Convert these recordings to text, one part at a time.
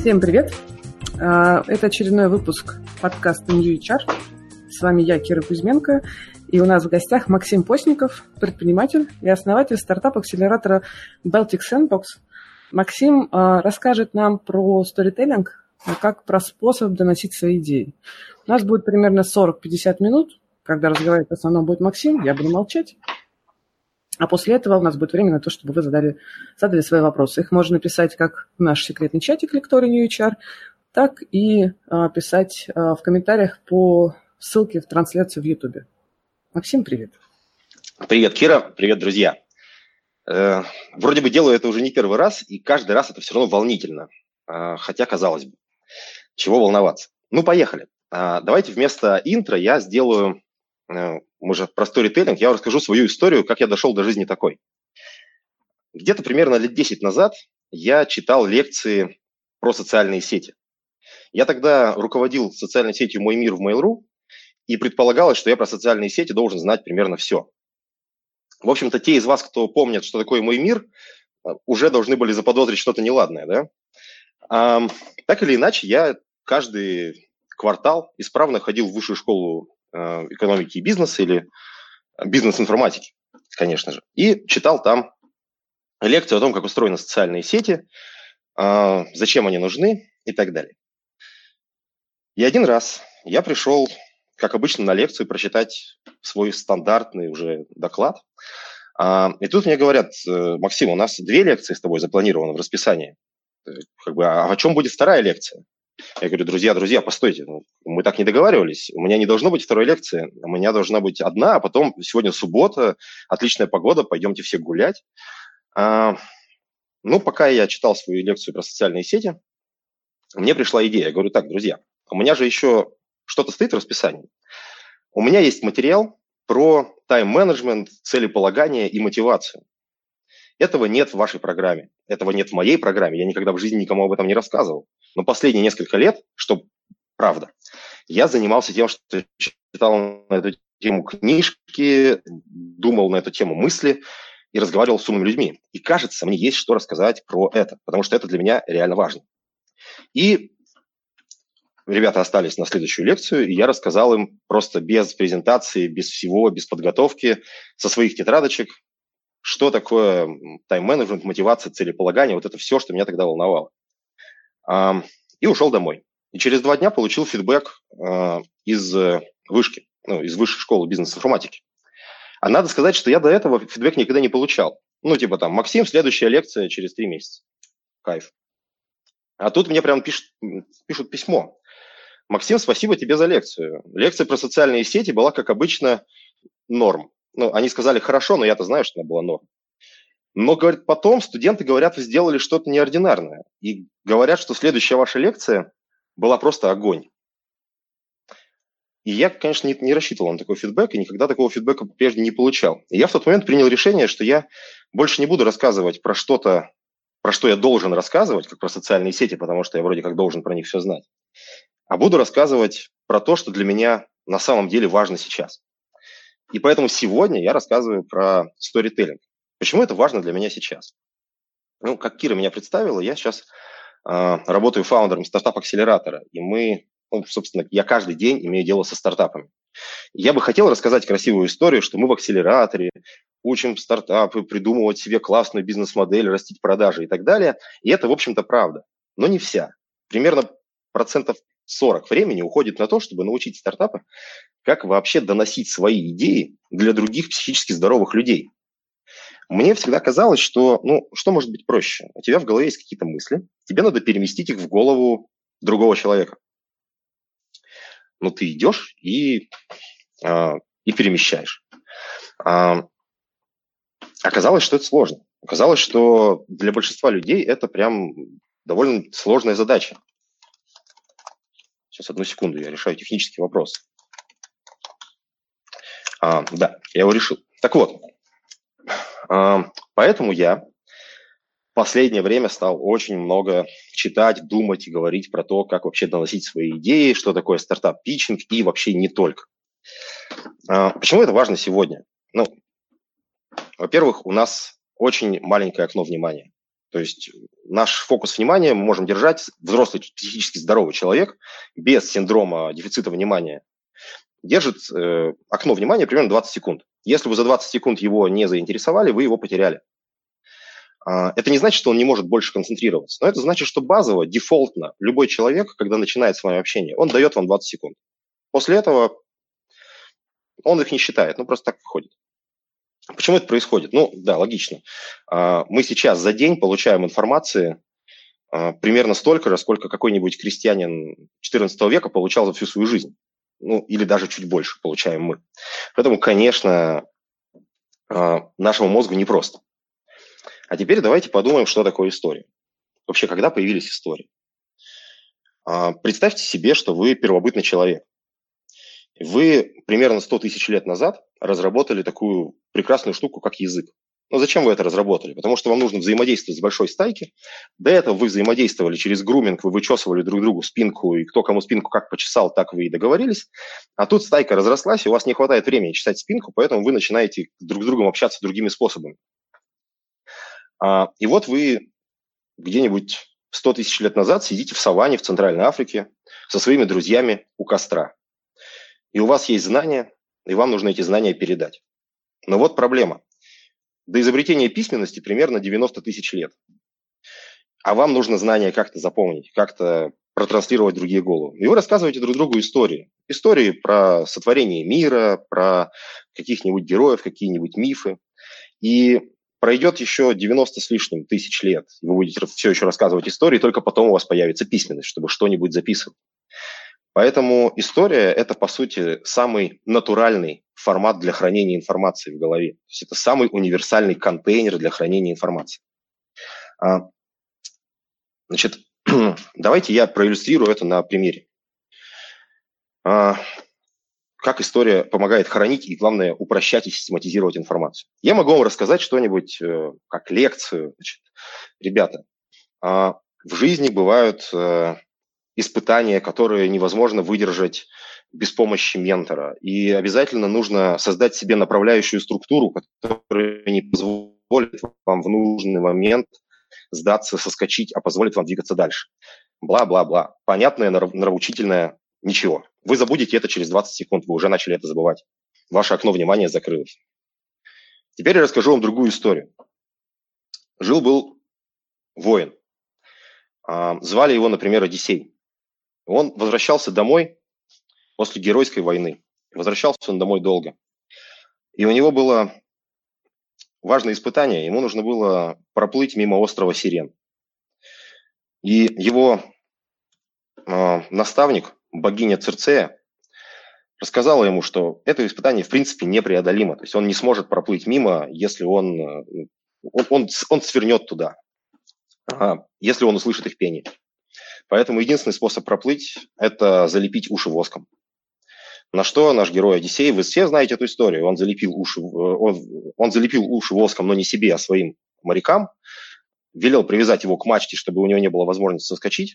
Всем привет! Это очередной выпуск подкаста New HR. С вами я, Кира Кузьменко, и у нас в гостях Максим Постников, предприниматель и основатель стартап-акселератора Baltic Sandbox. Максим расскажет нам про сторителлинг, как про способ доносить свои идеи. У нас будет примерно 40-50 минут, когда разговаривать в основном будет Максим, я буду молчать. А после этого у нас будет время на то, чтобы вы задали свои вопросы. Их можно написать как в наш секретный чатик лекторий New HR, так и писать в комментариях по ссылке в трансляцию в YouTube. Максим, привет. Привет, Кира. Привет, друзья. Вроде бы делаю это уже не первый раз, и каждый раз это все равно волнительно. Хотя, казалось бы, чего волноваться. Ну, поехали. Давайте вместо интро я сделаю... Мы же про сторителлинг, я расскажу свою историю, как я дошел до жизни такой. Где-то примерно лет 10 назад я читал лекции про социальные сети. Я тогда руководил социальной сетью «Мой мир» в Mail.ru, и предполагалось, что я про социальные сети должен знать примерно все. В общем-то, те из вас, кто помнит, что такое «Мой мир», уже должны были заподозрить что-то неладное, да? Так или иначе, я каждый квартал исправно ходил в высшую школу экономики и бизнеса или бизнес-информатики, конечно же, и читал там лекцию о том, как устроены социальные сети, зачем они нужны и так далее. И один раз я пришел, как обычно, на лекцию прочитать свой стандартный уже доклад, и тут мне говорят: Максим, у нас 2 лекции с тобой запланированы в расписании, а о чем будет вторая лекция? Я говорю: друзья, постойте, мы так не договаривались, у меня не должно быть второй лекции, у меня должна быть одна, а потом сегодня суббота, отличная погода, пойдемте все гулять. Пока я читал свою лекцию про социальные сети, мне пришла идея. Я говорю: так, друзья, у меня же еще что-то стоит в расписании. У меня есть материал про тайм-менеджмент, целеполагание и мотивацию. Этого нет в вашей программе, этого нет в моей программе, я никогда в жизни никому об этом не рассказывал. Но последние несколько лет, что правда, я занимался тем, что читал на эту тему книжки, думал на эту тему мысли и разговаривал с умными людьми. И кажется, мне есть что рассказать про это, потому что это для меня реально важно. И ребята остались на следующую лекцию, и я рассказал им просто без презентации, без всего, без подготовки, со своих тетрадочек, что такое тайм-менеджмент, мотивация, целеполагание, вот это все, что меня тогда волновало. И ушел домой. И через 2 дня получил фидбэк из вышки, из высшей школы бизнес-информатики. А надо сказать, что я до этого фидбэк никогда не получал. Максим, следующая лекция через 3 месяца. Кайф. А тут мне прям пишут письмо. Максим, спасибо тебе за лекцию. Лекция про социальные сети была, как обычно, норм. Они сказали хорошо, но я-то знаю, что она была норм. Но, говорит, потом студенты говорят, вы сделали что-то неординарное. И говорят, что следующая ваша лекция была просто огонь. И я, конечно, не рассчитывал на такой фидбэк, и никогда такого фидбэка прежде не получал. И я в тот момент принял решение, что я больше не буду рассказывать про что-то, про что я должен рассказывать, как про социальные сети, потому что я вроде как должен про них все знать, а буду рассказывать про то, что для меня на самом деле важно сейчас. И поэтому сегодня я рассказываю про сторителлинг. Почему это важно для меня сейчас? Как Кира меня представила, я сейчас работаю фаундером стартап-акселератора, и я каждый день имею дело со стартапами. Я бы хотел рассказать красивую историю, что мы в акселераторе учим стартапы придумывать себе классную бизнес-модель, растить продажи и так далее. И это, в общем-то, правда. Но не вся. Примерно 40% времени уходит на то, чтобы научить стартапы, как вообще доносить свои идеи для других психически здоровых людей. Мне всегда казалось, что, что может быть проще? У тебя в голове есть какие-то мысли, тебе надо переместить их в голову другого человека. Ты идешь и перемещаешь. Оказалось, что это сложно. Оказалось, что для большинства людей это прям довольно сложная задача. Сейчас, 1 секунду, я решаю технический вопрос. Да, я его решил. Так вот, поэтому я в последнее время стал очень много читать, думать и говорить про то, как вообще доносить свои идеи, что такое стартап-питчинг и вообще не только. Почему это важно сегодня? Во-первых, у нас очень маленькое окно внимания. То есть наш фокус внимания мы можем держать, взрослый психически здоровый человек без синдрома дефицита внимания держит окно внимания примерно 20 секунд. Если вы за 20 секунд его не заинтересовали, вы его потеряли. Это не значит, что он не может больше концентрироваться, но это значит, что базово, дефолтно, любой человек, когда начинает с вами общение, он дает вам 20 секунд. После этого он их не считает, просто так выходит. Почему это происходит? Да, логично. Мы сейчас за день получаем информации примерно столько же, сколько какой-нибудь крестьянин XIV века получал за всю свою жизнь. Или даже чуть больше получаем мы. Поэтому, конечно, нашему мозгу непросто. А теперь давайте подумаем, что такое история. Вообще, когда появились истории? Представьте себе, что вы первобытный человек. Вы примерно 100 тысяч лет назад разработали такую прекрасную штуку, как язык. Зачем вы это разработали? Потому что вам нужно взаимодействовать с большой стайки. До этого вы взаимодействовали через груминг, вы вычесывали друг другу спинку, и кто кому спинку как почесал, так вы и договорились. А тут стайка разрослась, и у вас не хватает времени чесать спинку, поэтому вы начинаете друг с другом общаться другими способами. И вот вы где-нибудь 100 тысяч лет назад сидите в саванне в Центральной Африке со своими друзьями у костра. И у вас есть знания, и вам нужно эти знания передать. Но вот проблема. До изобретения письменности примерно 90 тысяч лет. А вам нужно знания как-то запомнить, как-то протранслировать в другие головы. И вы рассказываете друг другу истории. Истории про сотворение мира, про каких-нибудь героев, какие-нибудь мифы. И пройдет еще 90 с лишним тысяч лет, и вы будете все еще рассказывать истории, только потом у вас появится письменность, чтобы что-нибудь записывать. Поэтому история – это, по сути, самый натуральный формат для хранения информации в голове. То есть это самый универсальный контейнер для хранения информации. Значит, давайте я проиллюстрирую это на примере. Как история помогает хранить и, главное, упрощать и систематизировать информацию. Я могу вам рассказать что-нибудь как лекцию. Значит, ребята, в жизни бывают испытания, которые невозможно выдержать без помощи ментора. И обязательно нужно создать себе направляющую структуру, которая не позволит вам в нужный момент сдаться, соскочить, а позволит вам двигаться дальше. Бла-бла-бла. Понятное, нравоучительное ничего. Вы забудете это через 20 секунд, вы уже начали это забывать. Ваше окно внимания закрылось. Теперь я расскажу вам другую историю. Жил-был воин. Звали его, например, Одиссей. Он возвращался домой после геройской войны. Возвращался он домой долго. И у него было важное испытание. Ему нужно было проплыть мимо острова Сирен. И его наставник, богиня Цирцея, рассказала ему, что это испытание в принципе непреодолимо. То есть он не сможет проплыть мимо, если он свернет туда, если он услышит их пение. Поэтому единственный способ проплыть – это залепить уши воском. На что наш герой Одиссей, вы все знаете эту историю, он залепил уши воском, но не себе, а своим морякам, велел привязать его к мачте, чтобы у него не было возможности соскочить,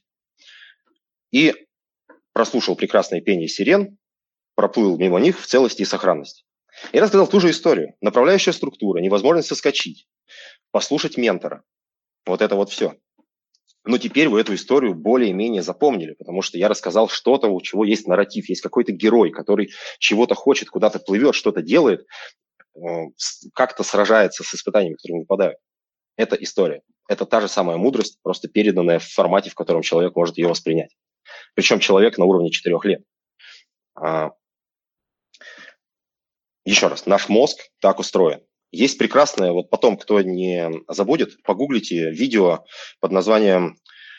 и прослушал прекрасное пение сирен, проплыл мимо них в целости и сохранности. И рассказал ту же историю. Направляющая структура, невозможность соскочить, послушать ментора. Вот это вот все. Но теперь вы эту историю более-менее запомнили, потому что я рассказал что-то, у чего есть нарратив, есть какой-то герой, который чего-то хочет, куда-то плывет, что-то делает, как-то сражается с испытаниями, которые выпадают. Это история. Это та же самая мудрость, просто переданная в формате, в котором человек может ее воспринять. Причем человек на уровне 4 лет. Еще раз, наш мозг так устроен. Есть прекрасное, вот потом, кто не забудет, погуглите видео под названием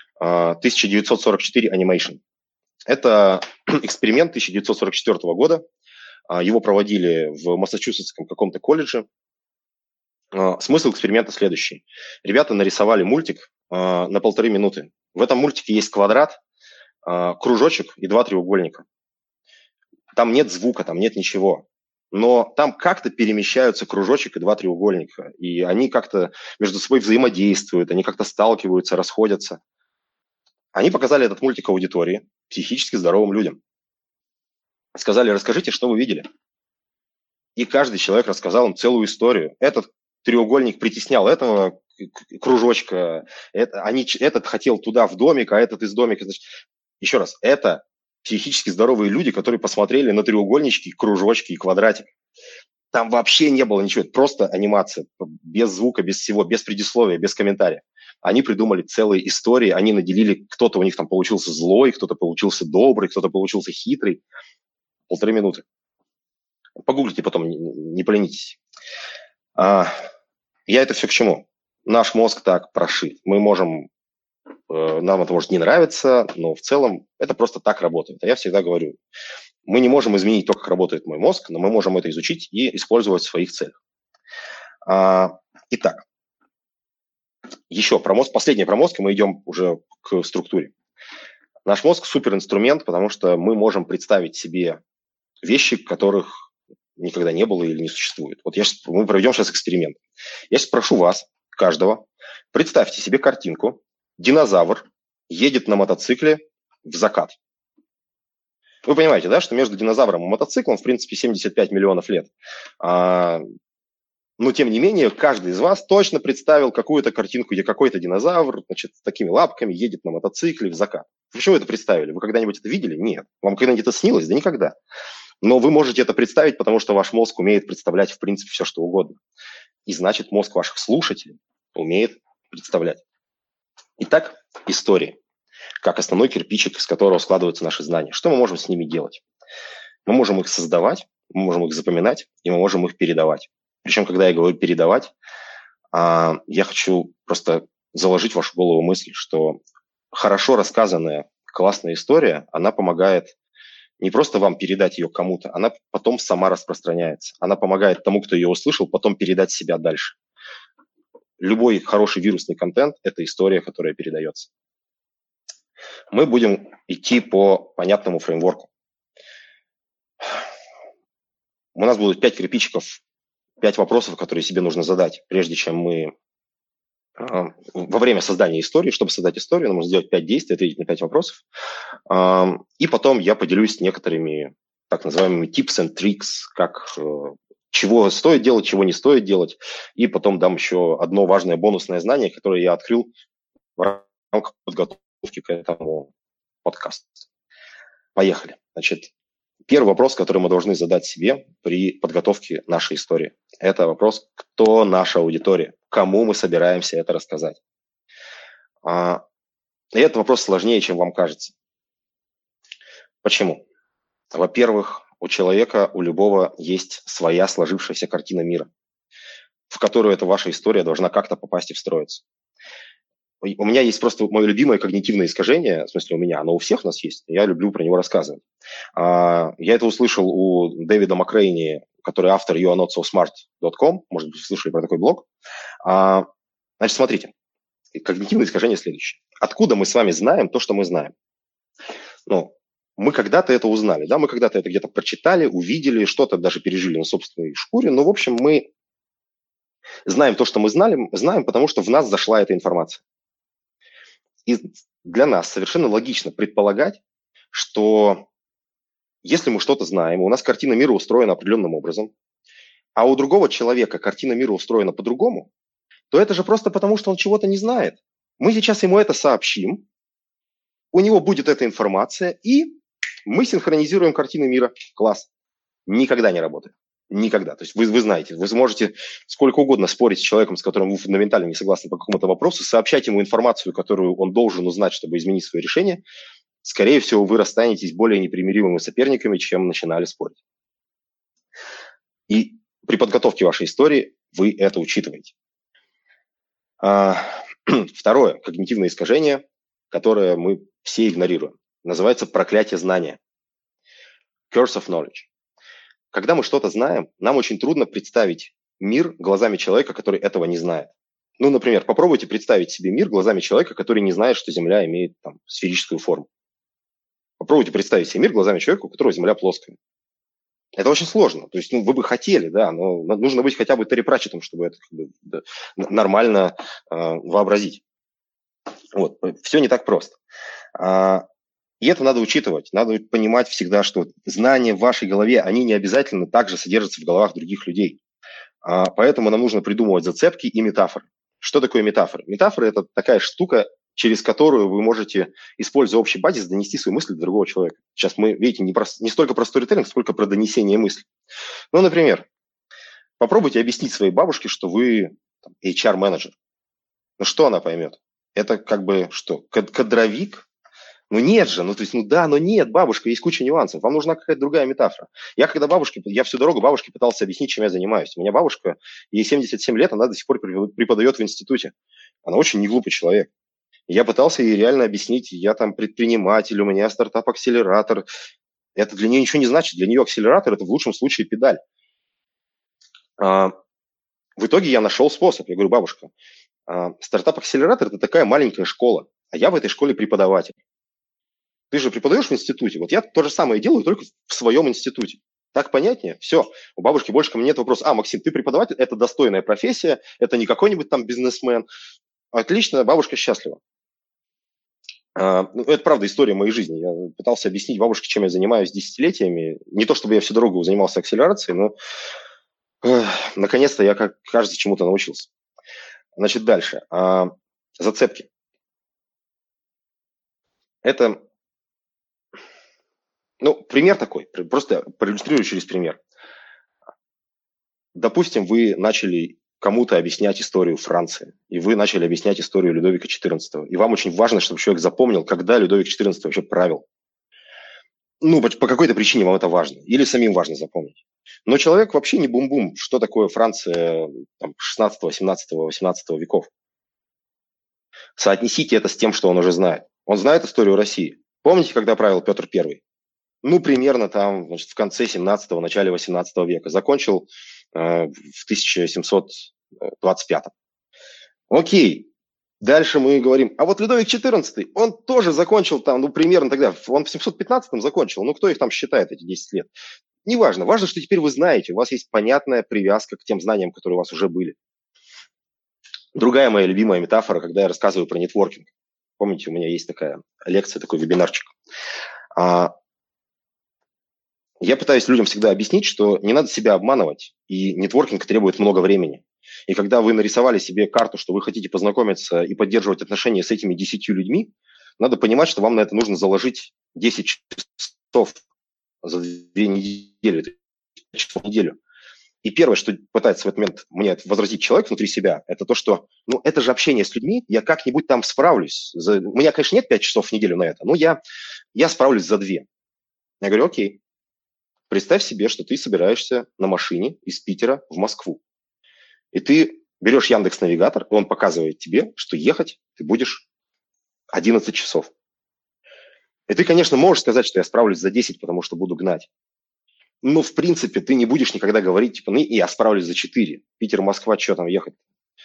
1944 Animation. Это эксперимент 1944 года. Его проводили в Массачусетском каком-то колледже. Смысл эксперимента следующий. Ребята нарисовали мультик на 1,5 минуты. В этом мультике есть квадрат, кружочек и 2 треугольника. Там нет звука, там нет ничего. Но там как-то перемещаются кружочек и 2 треугольника. И они как-то между собой взаимодействуют, они как-то сталкиваются, расходятся. Они показали этот мультик аудитории, психически здоровым людям. Сказали, расскажите, что вы видели. И каждый человек рассказал им целую историю. Этот треугольник притеснял этого кружочка, этот хотел туда в домик, а этот из домика. Значит, еще раз, это психически здоровые люди, которые посмотрели на треугольнички, кружочки и квадратик. Там вообще не было ничего, просто анимация, без звука, без всего, без предисловия, без комментариев. Они придумали целые истории, они наделили, кто-то у них там получился злой, кто-то получился добрый, кто-то получился хитрый. 1,5 минуты. Погуглите потом, не поленитесь. Я это все к чему? Наш мозг так прошит. Мы можем, нам это может не нравиться, но в целом это просто так работает. А я всегда говорю, мы не можем изменить то, как работает мой мозг, но мы можем это изучить и использовать в своих целях. Итак, еще про мозг. Последнее про мозг, и мы идем уже к структуре. Наш мозг суперинструмент, потому что мы можем представить себе вещи, которых никогда не было или не существует. Вот мы проведем сейчас эксперимент. Я сейчас прошу вас, каждого, представьте себе картинку. Динозавр едет на мотоцикле в закат. Вы понимаете, да, что между динозавром и мотоциклом, в принципе, 75 миллионов лет. Но, тем не менее, каждый из вас точно представил какую-то картинку, где какой-то динозавр, значит, с такими лапками едет на мотоцикле в закат. Вы почему это представили? Вы когда-нибудь это видели? Нет. Вам когда-нибудь это снилось? Да никогда. Но вы можете это представить, потому что ваш мозг умеет представлять, в принципе, все, что угодно. И значит, мозг ваших слушателей умеет представлять. Итак, истории. Как основной кирпичик, из которого складываются наши знания. Что мы можем с ними делать? Мы можем их создавать, мы можем их запоминать, и мы можем их передавать. Причем, когда я говорю передавать, я хочу просто заложить в вашу голову мысль, что хорошо рассказанная классная история, она помогает не просто вам передать ее кому-то, она потом сама распространяется. Она помогает тому, кто ее услышал, потом передать себя дальше. Любой хороший вирусный контент – это история, которая передается. Мы будем идти по понятному фреймворку. У нас будут 5 кирпичиков, 5 вопросов, которые себе нужно задать, прежде чем мы во время создания истории, чтобы создать историю, нам нужно сделать 5 действий, ответить на 5 вопросов. И потом я поделюсь некоторыми так называемыми tips and tricks, как чего стоит делать, чего не стоит делать. И потом дам еще одно важное бонусное знание, которое я открыл в рамках подготовки к этому подкасту. Поехали. Значит, первый вопрос, который мы должны задать себе при подготовке нашей истории, это вопрос, кто наша аудитория, кому мы собираемся это рассказать. И этот вопрос сложнее, чем вам кажется. Почему? Во-первых, у человека, у любого есть своя сложившаяся картина мира, в которую эта ваша история должна как-то попасть и встроиться. У меня есть просто мое любимое когнитивное искажение, в смысле у меня, оно у всех у нас есть, я люблю про него рассказывать. Я это услышал у Дэвида Макрейни, который автор youarenotsosmart.com, может быть, вы слышали про такой блог. Значит, смотрите, когнитивное искажение следующее. Откуда мы с вами знаем то, что мы знаем? Мы когда-то это узнали, да, мы когда-то это где-то прочитали, увидели, что-то даже пережили на собственной шкуре, но, в общем, мы знаем то, что мы знаем, потому что в нас зашла эта информация. И для нас совершенно логично предполагать, что если мы что-то знаем, у нас картина мира устроена определенным образом, а у другого человека картина мира устроена по-другому, то это же просто потому, что он чего-то не знает. Мы сейчас ему это сообщим, у него будет эта информация, и мы синхронизируем картины мира. Класс. Никогда не работает. Никогда. То есть вы знаете, вы сможете сколько угодно спорить с человеком, с которым вы фундаментально не согласны по какому-то вопросу, сообщать ему информацию, которую он должен узнать, чтобы изменить свое решение. Скорее всего, вы расстанетесь более непримиримыми соперниками, чем начинали спорить. И при подготовке вашей истории вы это учитываете. Второе когнитивное искажение, которое мы все игнорируем, называется проклятие знания. Curse of knowledge. Когда мы что-то знаем, нам очень трудно представить мир глазами человека, который этого не знает. Например, попробуйте представить себе мир глазами человека, который не знает, что Земля имеет сферическую форму. Попробуйте представить себе мир глазами человека, у которого Земля плоская. Это очень сложно. То есть, вы бы хотели, да, но нужно быть хотя бы Терри Пратчеттом, чтобы это нормально вообразить. Вот. Все не так просто. И это надо учитывать. Надо понимать всегда, что знания в вашей голове, они не обязательно также содержатся в головах других людей. Поэтому нам нужно придумывать зацепки и метафоры, Что такое метафора? Метафора – это такая штука, через которую вы можете, используя общий базис, донести свои мысли до другого человека. Сейчас мы, видите, не столько про сторителлинг, сколько про донесение мыслей. Ну, например, попробуйте объяснить своей бабушке, что вы HR-менеджер. Ну, что она поймет? Это как бы что, кадровик? Ну, нет же, то есть, да, но нет, бабушка, есть куча нюансов. Вам нужна какая-то другая метафора. Я всю дорогу бабушке пытался объяснить, чем я занимаюсь. У меня бабушка, ей 77 лет, она до сих пор преподает в институте. Она очень неглупый человек. Я пытался ей реально объяснить, я там предприниматель, у меня стартап-акселератор. Это для нее ничего не значит. Для нее акселератор – это в лучшем случае педаль. В итоге я нашел способ. Я говорю, бабушка, стартап-акселератор – это такая маленькая школа, а я в этой школе преподаватель. Ты же преподаешь в институте. Вот я то же самое делаю, только в своем институте. Так понятнее? Все. У бабушки больше ко мне нет вопроса. Максим, ты преподаватель, это достойная профессия, это не какой-нибудь там бизнесмен. Отлично, бабушка счастлива. Это, правда, история моей жизни. Я пытался объяснить бабушке, чем я занимаюсь десятилетиями. Не то, чтобы я всю дорогу занимался акселерацией, но наконец-то я, кажется, чему-то научился. Значит, дальше. Зацепки. Это, пример такой. Просто проиллюстрирую через пример. Допустим, вы начали кому-то объяснять историю Франции, и вы начали объяснять историю Людовика XIV. И вам очень важно, чтобы человек запомнил, когда Людовик XIV вообще правил. По какой-то причине вам это важно. Или самим важно запомнить. Но человек вообще не бум-бум. Что такое Франция 16, 17, 18 веков? Соотнесите это с тем, что он уже знает. Он знает историю России. Помните, когда правил Петр I? Примерно в конце 17-го, начале 18 века. Закончил в 1725. Окей. Дальше мы говорим, а вот Людовик XIV, он тоже закончил примерно тогда, он в 715-м закончил, кто их там считает, эти 10 лет? Неважно, важно, что теперь вы знаете, у вас есть понятная привязка к тем знаниям, которые у вас уже были. Другая моя любимая метафора, когда я рассказываю про нетворкинг. Помните, у меня есть такая лекция, такой вебинарчик. Я пытаюсь людям всегда объяснить, что не надо себя обманывать, и нетворкинг требует много времени. И когда вы нарисовали себе карту, что вы хотите познакомиться и поддерживать отношения с этими 10 людьми, надо понимать, что вам на это нужно заложить 10 часов за 2 недели, часов в неделю. И первое, что пытается в этот момент мне возразить человек внутри себя, это то, что, это же общение с людьми, я как-нибудь там справлюсь. У меня, конечно, нет 5 часов в неделю на это, но я справлюсь за 2. Я говорю, окей. Представь себе, что ты собираешься на машине из Питера в Москву. И ты берешь Яндекс.Навигатор, и он показывает тебе, что ехать ты будешь 11 часов. И ты, конечно, можешь сказать, что я справлюсь за 10, потому что буду гнать. Но, в принципе, ты не будешь никогда говорить, я справлюсь за 4. Питер, Москва, что там ехать?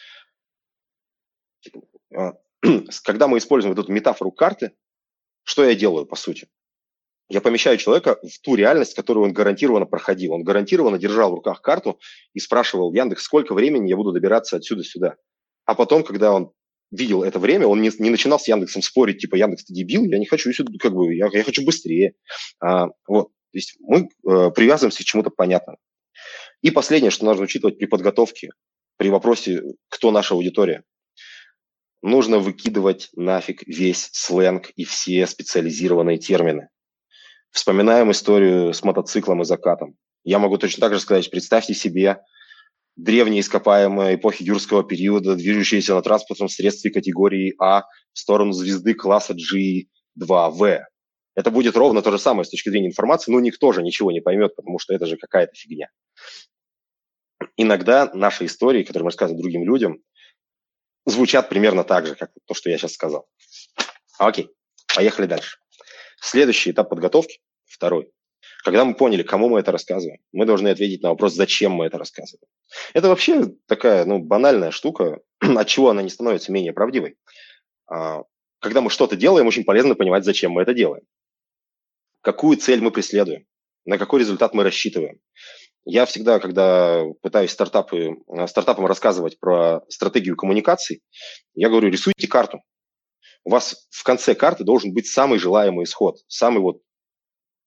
Когда мы используем вот эту метафору карты, что я делаю, по сути? Я помещаю человека в ту реальность, которую он гарантированно проходил. Он гарантированно держал в руках карту и спрашивал Яндекс, сколько времени я буду добираться отсюда сюда. А потом, когда он видел это время, он не начинал с Яндексом спорить, типа, Яндекс, ты дебил, я не хочу сюда, я хочу быстрее. Вот. То есть мы привязываемся к чему-то понятному. И последнее, что нужно учитывать при подготовке, при вопросе, кто наша аудитория. Нужно выкидывать нафиг весь сленг и все специализированные термины. Вспоминаем историю с мотоциклом и закатом. Я могу точно так же сказать, представьте себе древние ископаемые эпохи юрского периода, движущиеся на транспортном средстве категории А в сторону звезды класса G2V. Это будет ровно то же самое с точки зрения информации, но никто же ничего не поймет, потому что это же какая-то фигня. Иногда наши истории, которые мы рассказываем другим людям, звучат примерно так же, как то, что я сейчас сказал. Окей, поехали дальше. Следующий этап подготовки, второй. Когда мы поняли, кому мы это рассказываем, мы должны ответить на вопрос, зачем мы это рассказываем. Это вообще такая банальная штука, от чего она не становится менее правдивой. Когда мы что-то делаем, очень полезно понимать, зачем мы это делаем. Какую цель мы преследуем, на какой результат мы рассчитываем. Я всегда, когда пытаюсь стартапам рассказывать про стратегию коммуникаций, я говорю, рисуйте карту. У вас в конце карты должен быть самый желаемый исход, самый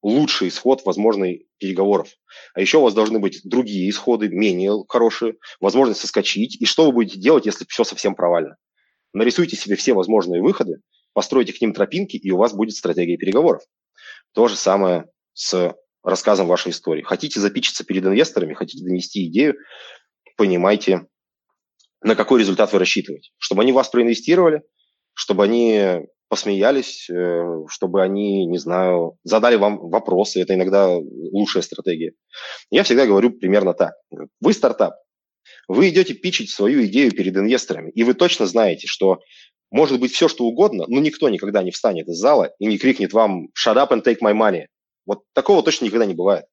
лучший исход возможный переговоров. А еще у вас должны быть другие исходы, менее хорошие, возможность соскочить. И что вы будете делать, если все совсем провально? Нарисуйте себе все возможные выходы, постройте к ним тропинки, и у вас будет стратегия переговоров. То же самое с рассказом вашей истории. Хотите запичиться перед инвесторами, хотите донести идею, понимайте, на какой результат вы рассчитываете. Чтобы они вас проинвестировали, чтобы они посмеялись, чтобы они, не знаю, задали вам вопросы. Это иногда лучшая стратегия. Я всегда говорю примерно так. Вы стартап. Вы идете питчить свою идею перед инвесторами, и вы точно знаете, что может быть все, что угодно, но никто никогда не встанет из зала и не крикнет вам «Shut up and take my money». Вот такого точно никогда не бывает.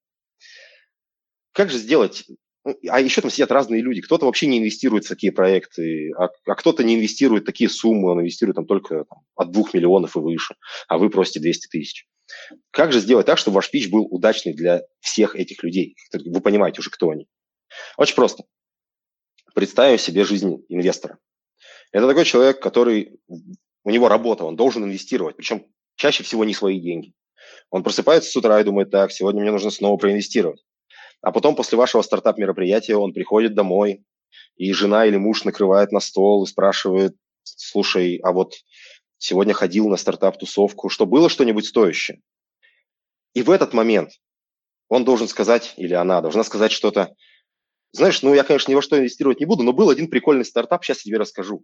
Как же сделать? А еще там сидят разные люди. Кто-то вообще не инвестирует в такие проекты, а кто-то не инвестирует в такие суммы, он инвестирует там только от 2 миллионов и выше, а вы просите 200 тысяч. Как же сделать так, чтобы ваш питч был удачный для всех этих людей? Вы понимаете уже, кто они. Очень просто. Представим себе жизнь инвестора. Это такой человек, который, у него работа, он должен инвестировать, причем чаще всего не свои деньги. Он просыпается с утра и думает, так, сегодня мне нужно снова проинвестировать. А потом после вашего стартап-мероприятия он приходит домой, и жена или муж накрывает на стол и спрашивает, слушай, а вот сегодня ходил на стартап-тусовку, что было что-нибудь стоящее? И в этот момент он должен сказать, или она должна сказать что-то, знаешь, я, конечно, ни во что инвестировать не буду, но был один прикольный стартап, сейчас я тебе расскажу.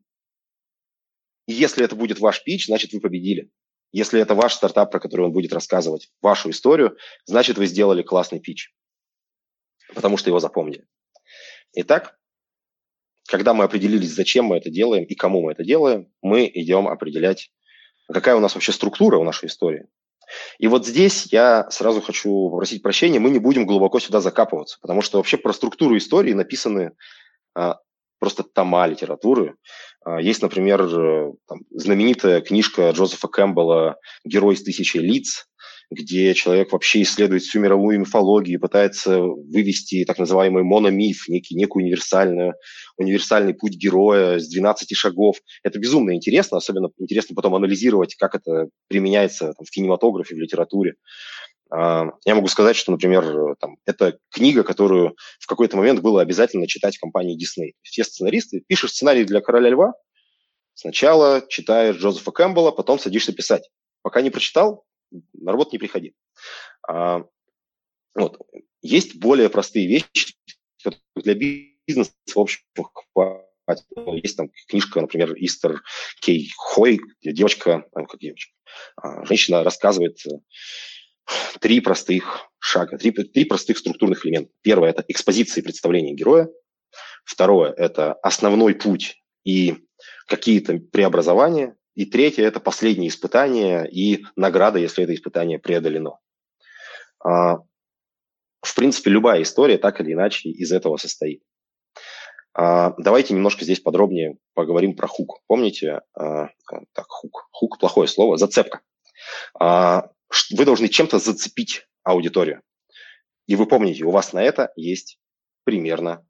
И если это будет ваш питч, значит, вы победили. Если это ваш стартап, про который он будет рассказывать вашу историю, значит, вы сделали классный питч, потому что его запомнили. Итак, когда мы определились, зачем мы это делаем и кому мы это делаем, мы идем определять, какая у нас вообще структура у нашей истории. И вот здесь я сразу хочу попросить прощения, мы не будем глубоко сюда закапываться, потому что вообще про структуру истории написаны просто тома литературы. Есть, например, знаменитая книжка Джозефа Кэмпбелла «Герой из тысячи лиц», где человек вообще исследует всю мировую мифологию и пытается вывести так называемый мономиф, некий универсальный путь героя с 12 шагов. Это безумно интересно, особенно интересно потом анализировать, как это применяется в кинематографе, в литературе. Я могу сказать, что, например, это книга, которую в какой-то момент было обязательно читать в компании Disney. Все сценаристы, пишешь сценарий для «Короля льва», сначала читаешь Джозефа Кэмпбелла, потом садишься писать. Пока не прочитал, на работу не приходи. Есть более простые вещи, которые для бизнеса, в общем, хватит. Есть книжка, например, Истер Кей Хой, где женщина рассказывает 3 простых шага, 3 простых структурных элемента. Первое – это экспозиция и представление героя. Второе – это основной путь и какие-то преобразования. И третье – это последние испытания и награда, если это испытание преодолено. В принципе, любая история так или иначе из этого состоит. Давайте немножко здесь подробнее поговорим про хук. Помните? Хук. Хук – плохое слово. Зацепка. Вы должны чем-то зацепить аудиторию. И вы помните, у вас на это есть примерно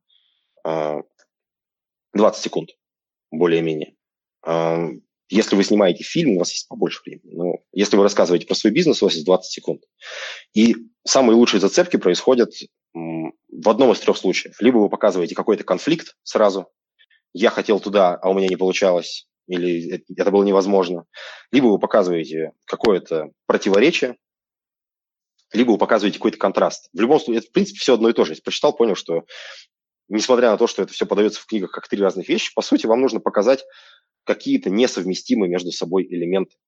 20 секунд, более-менее. Если вы снимаете фильм, у вас есть побольше времени. Но если вы рассказываете про свой бизнес, у вас есть 20 секунд. И самые лучшие зацепки происходят в одном из 3 случаев. Либо вы показываете какой-то конфликт сразу. Я хотел туда, а у меня не получалось. Или это было невозможно. Либо вы показываете какое-то противоречие, либо вы показываете какой-то контраст. В любом случае, это, в принципе, все одно и то же. Я прочитал, понял, что несмотря на то, что это все подается в книгах как 3 разных вещи, по сути, вам нужно показать какие-то несовместимые между собой элементы.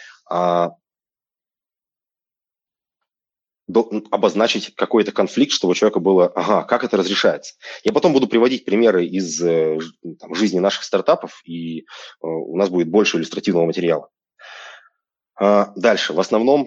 Обозначить какой-то конфликт, чтобы у человека было, как это разрешается. Я потом буду приводить примеры из жизни наших стартапов, и у нас будет больше иллюстративного материала. Дальше. В основном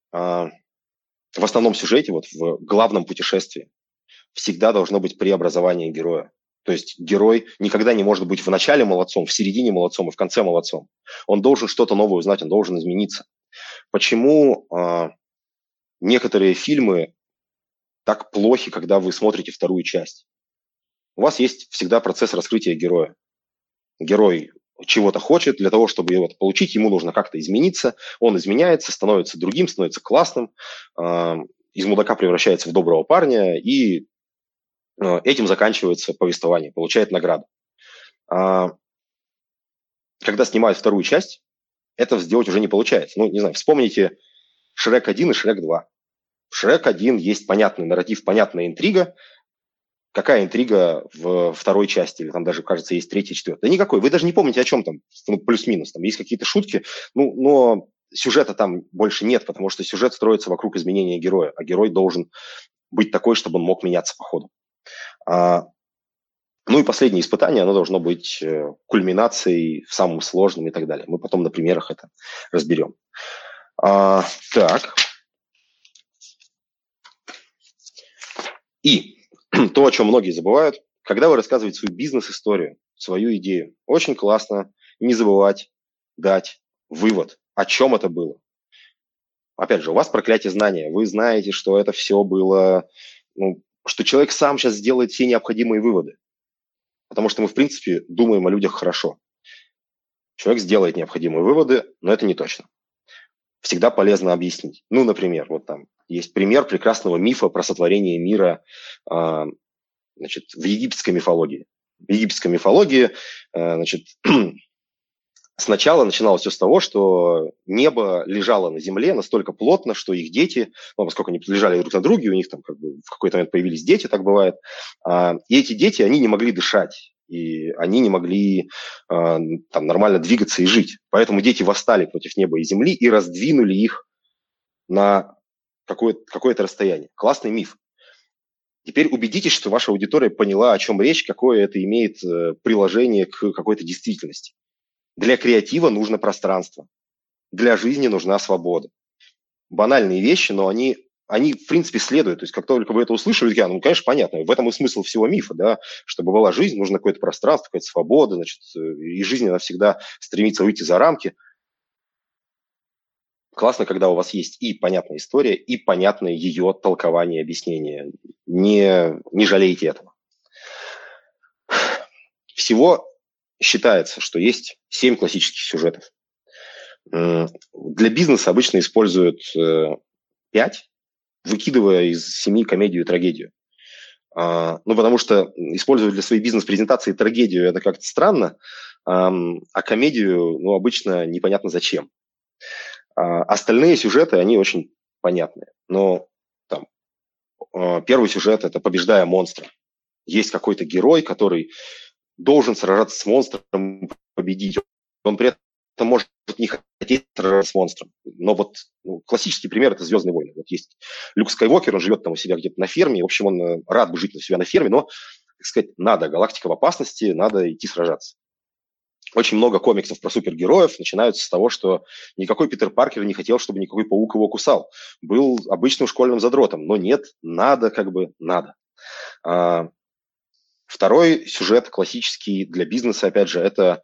сюжете, в главном путешествии, всегда должно быть преобразование героя. То есть герой никогда не может быть в начале молодцом, в середине молодцом и в конце молодцом. Он должен что-то новое узнать, он должен измениться. Почему некоторые фильмы так плохи, когда вы смотрите 2-ю часть? У вас есть всегда процесс раскрытия героя. Герой чего-то хочет, для того, чтобы это получить, ему нужно как-то измениться, он изменяется, становится другим, становится классным, из мудака превращается в доброго парня, и этим заканчивается повествование, получает награду. Когда снимают вторую часть, этого сделать уже не получается. Ну, не знаю, вспомните Шрек 1 и Шрек 2. В Шрек 1 есть понятный нарратив, понятная интрига. Какая интрига в второй части? Или там даже, кажется, есть третья, четвертая? Да никакой. Вы даже не помните, о чем там, ну, плюс-минус. Там есть какие-то шутки, ну, но сюжета там больше нет, потому что сюжет строится вокруг изменения героя, а герой должен быть такой, чтобы он мог меняться по ходу. Ну и последнее испытание, оно должно быть кульминацией в самом сложном и так далее. Мы потом на примерах это разберем. Так. И то, о чем многие забывают, когда вы рассказываете свою бизнес-историю, свою идею, очень классно не забывать дать вывод, о чем это было. Опять же, у вас проклятие знания. Вы знаете, что это все было, ну, что человек сам сейчас сделает все необходимые выводы. Потому что мы, в принципе, думаем о людях хорошо. Человек сделает необходимые выводы, но это не точно. Всегда полезно объяснить. Ну, например, вот там есть пример прекрасного мифа про сотворение мира, значит, в египетской мифологии. В египетской мифологии, значит, сначала начиналось все с того, что небо лежало на земле настолько плотно, что их дети, ну, поскольку они лежали друг на друге, у них там как бы в какой-то момент появились дети, так бывает, и эти дети, они не могли дышать, и они не могли там нормально двигаться и жить. Поэтому дети восстали против неба и земли и раздвинули их на какое-то расстояние. Классный миф. Теперь убедитесь, что ваша аудитория поняла, о чем речь, какое это имеет приложение к какой-то действительности. Для креатива нужно пространство. Для жизни нужна свобода. Банальные вещи, но они в принципе следуют. То есть как только вы это услышали, ну, конечно, понятно. В этом и смысл всего мифа, да. Чтобы была жизнь, нужно какое-то пространство, какая-то свобода. Значит, и жизнь, она всегда стремится выйти за рамки. Классно, когда у вас есть и понятная история, и понятное ее толкование, объяснение. Не жалейте этого. Всего считается, что есть 7 классических сюжетов. Для бизнеса обычно используют 5, выкидывая из 7 комедию и трагедию. Ну, потому что использовать для своей бизнес-презентации трагедию – это как-то странно, а комедию, ну, обычно непонятно зачем. Остальные сюжеты, они очень понятные. Но там, первый сюжет – это «Побеждая монстра». Есть какой-то герой, который должен сражаться с монстром, победить. Он при этом может не хотеть сражаться с монстром. Но вот классический пример – это «Звездные войны». Вот есть Люк Скайуокер, он живет там у себя где-то на ферме. В общем, он рад бы жить у себя на ферме, но, так сказать, надо, галактика в опасности, надо идти сражаться. Очень много комиксов про супергероев начинаются с того, что никакой Питер Паркер не хотел, чтобы никакой паук его кусал. Был обычным школьным задротом, но нет, надо, как бы надо. Второй сюжет классический для бизнеса, опять же, это...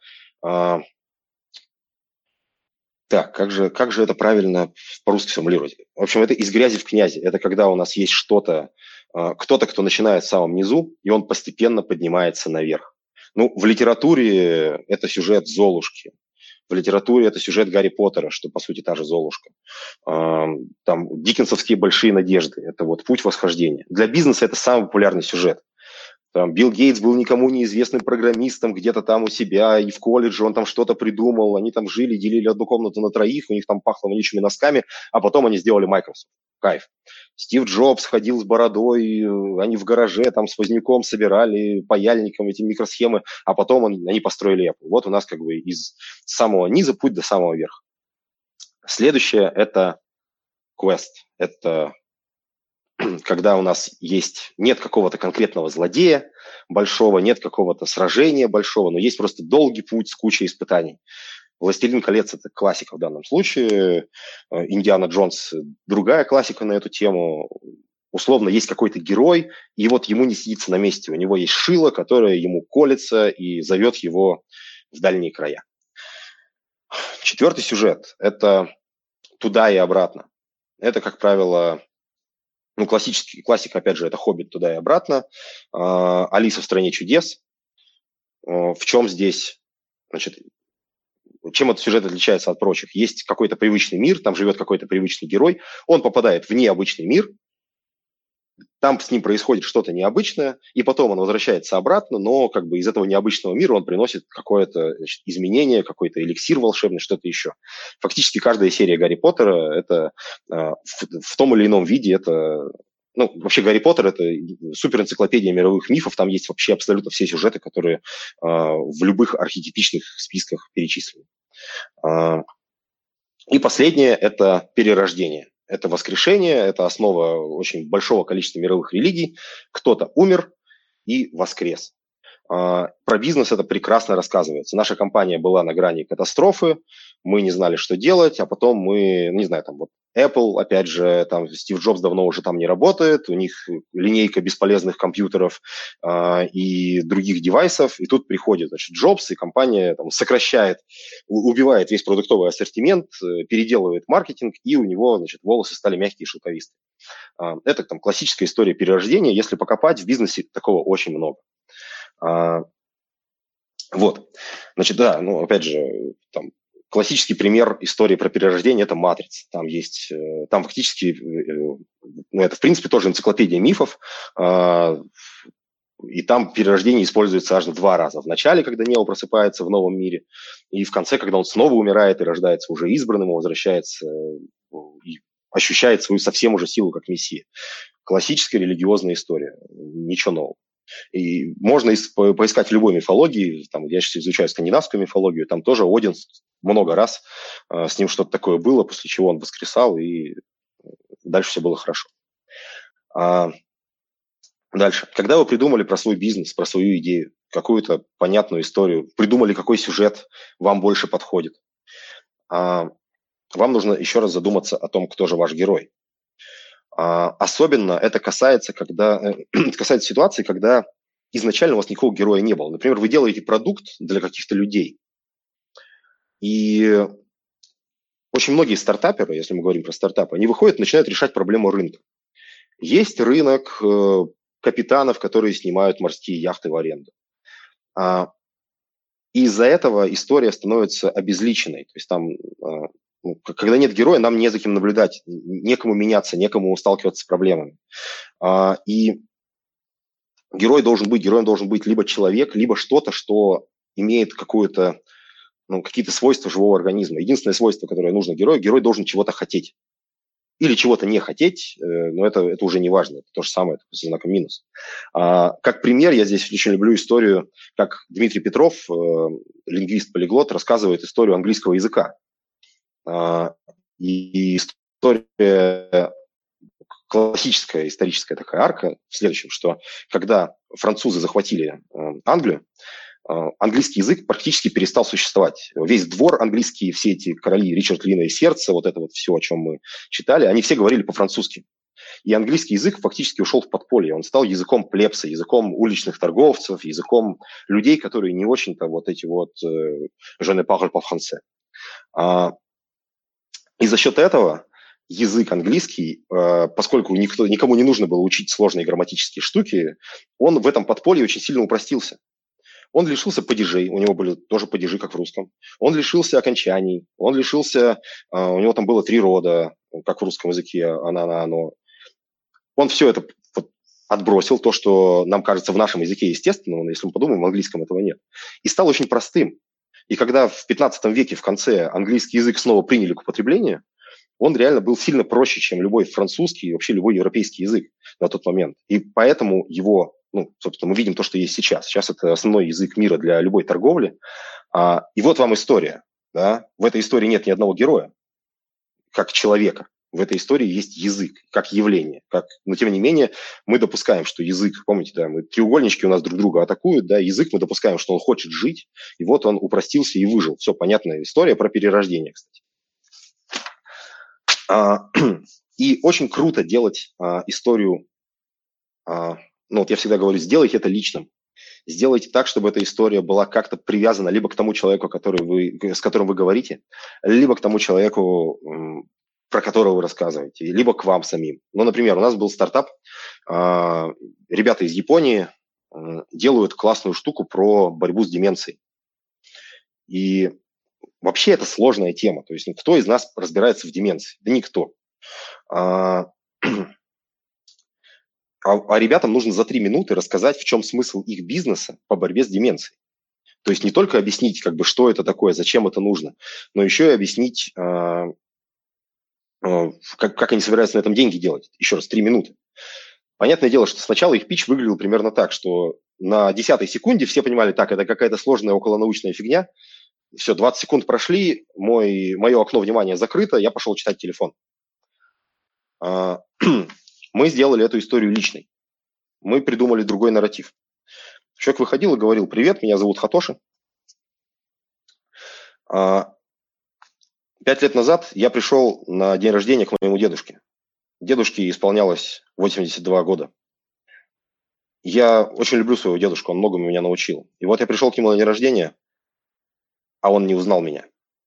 Так, как же это правильно по-русски сформулировать? В общем, это из грязи в князи. Это когда у нас есть что-то, кто-то, кто начинает в самом низу, и он постепенно поднимается наверх. Ну, в литературе это сюжет Золушки. В литературе это сюжет Гарри Поттера, что, по сути, та же Золушка. Там диккенсовские «Большие надежды». Это вот путь восхождения. Для бизнеса это самый популярный сюжет. Там Билл Гейтс был никому неизвестным программистом где-то там у себя, и в колледже он там что-то придумал. Они там жили, делили одну комнату на 3, у них там пахло вонючими носками, а потом они сделали Microsoft. Кайф. Стив Джобс ходил с бородой, они в гараже там с Возняком собирали паяльником эти микросхемы, а потом они построили Apple. Вот у нас как бы из самого низа путь до самого верха. Следующее – это Quest. Это когда у нас нет какого-то конкретного злодея большого, нет какого-то сражения большого, но есть просто долгий путь с кучей испытаний. «Властелин колец» – это классика в данном случае. «Индиана Джонс» – другая классика на эту тему. Условно, есть какой-то герой, и вот ему не сидится на месте. У него есть шило, которое ему колется и зовет его в дальние края. 4-й сюжет – это туда и обратно. Это, как правило, классика, опять же, это «Хоббит» туда и обратно. «Алиса в стране чудес». В чем здесь, значит, чем этот сюжет отличается от прочих? Есть какой-то привычный мир, там живет какой-то привычный герой, он попадает в необычный мир, там с ним происходит что-то необычное, и потом он возвращается обратно, но как бы из этого необычного мира он приносит какое-то, значит, изменение, какой-то эликсир волшебный, что-то еще. Фактически каждая серия Гарри Поттера это в том или ином виде это... Ну, вообще Гарри Поттер – это суперэнциклопедия мировых мифов, там есть вообще абсолютно все сюжеты, которые в любых архетипичных списках перечислены. И последнее – это перерождение. Это воскрешение, это основа очень большого количества мировых религий. Кто-то умер и воскрес. Про бизнес это прекрасно рассказывается. Наша компания была на грани катастрофы, мы не знали, что делать, а потом мы, не знаю, там вот Apple, опять же, там Стив Джобс давно уже там не работает, у них линейка бесполезных компьютеров и других девайсов, и тут приходит, значит, Джобс, и компания там сокращает, убивает весь продуктовый ассортимент, переделывает маркетинг, и у него, значит, волосы стали мягкие и шелковистые. Это там классическая история перерождения. Если покопать, в бизнесе такого очень много. Вот, значит, да, ну, опять же, там, классический пример истории про перерождение – это «Матрица». Там есть, там фактически, ну, это, в принципе, тоже энциклопедия мифов, и там перерождение используется аж 2 раза. В начале, когда Нео просыпается в новом мире, и в конце, когда он снова умирает и рождается уже избранным, и возвращается и ощущает свою совсем уже силу как мессия. Классическая религиозная история, ничего нового. И можно поискать в любой мифологии, там, я сейчас изучаю скандинавскую мифологию, там тоже Один много раз с ним что-то такое было, после чего он воскресал, и дальше все было хорошо. Дальше. Когда вы придумали про свой бизнес, про свою идею, какую-то понятную историю, придумали, какой сюжет вам больше подходит, вам нужно еще раз задуматься о том, кто же ваш герой. Особенно это касается ситуации, когда изначально у вас никакого героя не было. Например, вы делаете продукт для каких-то людей. И очень многие стартаперы, если мы говорим про стартапы, они выходят и начинают решать проблему рынка. Есть рынок капитанов, которые снимают морские яхты в аренду. И из-за этого история становится обезличенной. То есть там, когда нет героя, нам не за кем наблюдать, некому меняться, некому сталкиваться с проблемами. И героем должен быть либо человек, либо что-то, что имеет какие-то свойства живого организма. Единственное свойство, которое нужно герой должен чего-то хотеть. Или чего-то не хотеть, но это уже не важно. Это то же самое, это со знаком минус. Как пример, я здесь очень люблю историю, как Дмитрий Петров, лингвист-полиглот, рассказывает историю английского языка. И история, классическая историческая такая арка в следующем, что когда французы захватили Англию, английский язык практически перестал существовать. Весь двор английский, все эти короли, Ричард Львиное Сердце, вот это вот все, о чем мы читали, они все говорили по-французски. И английский язык фактически ушел в подполье. Он стал языком плебса, языком уличных торговцев, языком людей, которые не очень-то вот эти вот «je ne parle pas français». И за счет этого язык английский, поскольку никому не нужно было учить сложные грамматические штуки, он в этом подполье очень сильно упростился. Он лишился падежей, у него были тоже падежи, как в русском. Он лишился окончаний, у него там было 3 рода, как в русском языке, она. Он все это отбросил, то, что нам кажется в нашем языке естественным, но если мы подумаем, в английском этого нет. И стал очень простым. И когда в 15 веке в конце английский язык снова приняли к употреблению, он реально был сильно проще, чем любой французский и вообще любой европейский язык на тот момент. И поэтому его, собственно, мы видим то, что есть сейчас. Сейчас это основной язык мира для любой торговли. И вот вам история. Да? В этой истории нет ни одного героя, как человека. В этой истории есть язык, как явление. Но, тем не менее, мы допускаем, что язык, помните, да, треугольнички у нас друг друга атакуют, да, язык мы допускаем, что он хочет жить, и вот он упростился и выжил. Все, понятная история про перерождение, кстати. И очень круто делать историю, вот я всегда говорю, сделайте это личным. Сделайте так, чтобы эта история была как-то привязана либо к тому человеку, с которым вы говорите, либо к тому человеку, про которого вы рассказываете, либо к вам самим. Например, у нас был стартап, ребята из Японии делают классную штуку про борьбу с деменцией. И вообще это сложная тема. То есть кто из нас разбирается в деменции? Да никто. А ребятам нужно за 3 минуты рассказать, в чем смысл их бизнеса по борьбе с деменцией. То есть не только объяснить, как бы, что это такое, зачем это нужно, но еще и объяснить, как они собираются на этом деньги делать. Еще раз, 3 минуты. Понятное дело, что сначала их пич выглядел примерно так, что на 10-й секунде все понимали, так, это какая-то сложная околонаучная фигня. Все, 20 секунд прошли, мое окно внимания закрыто, я пошел читать телефон. Мы сделали эту историю личной. Мы придумали другой нарратив. Человек выходил и говорил: привет, меня зовут Хатоши. 5 лет назад я пришел на день рождения к моему дедушке. Дедушке исполнялось 82 года. Я очень люблю своего дедушку, он многому меня научил. И вот я пришел к нему на день рождения, а он не узнал меня.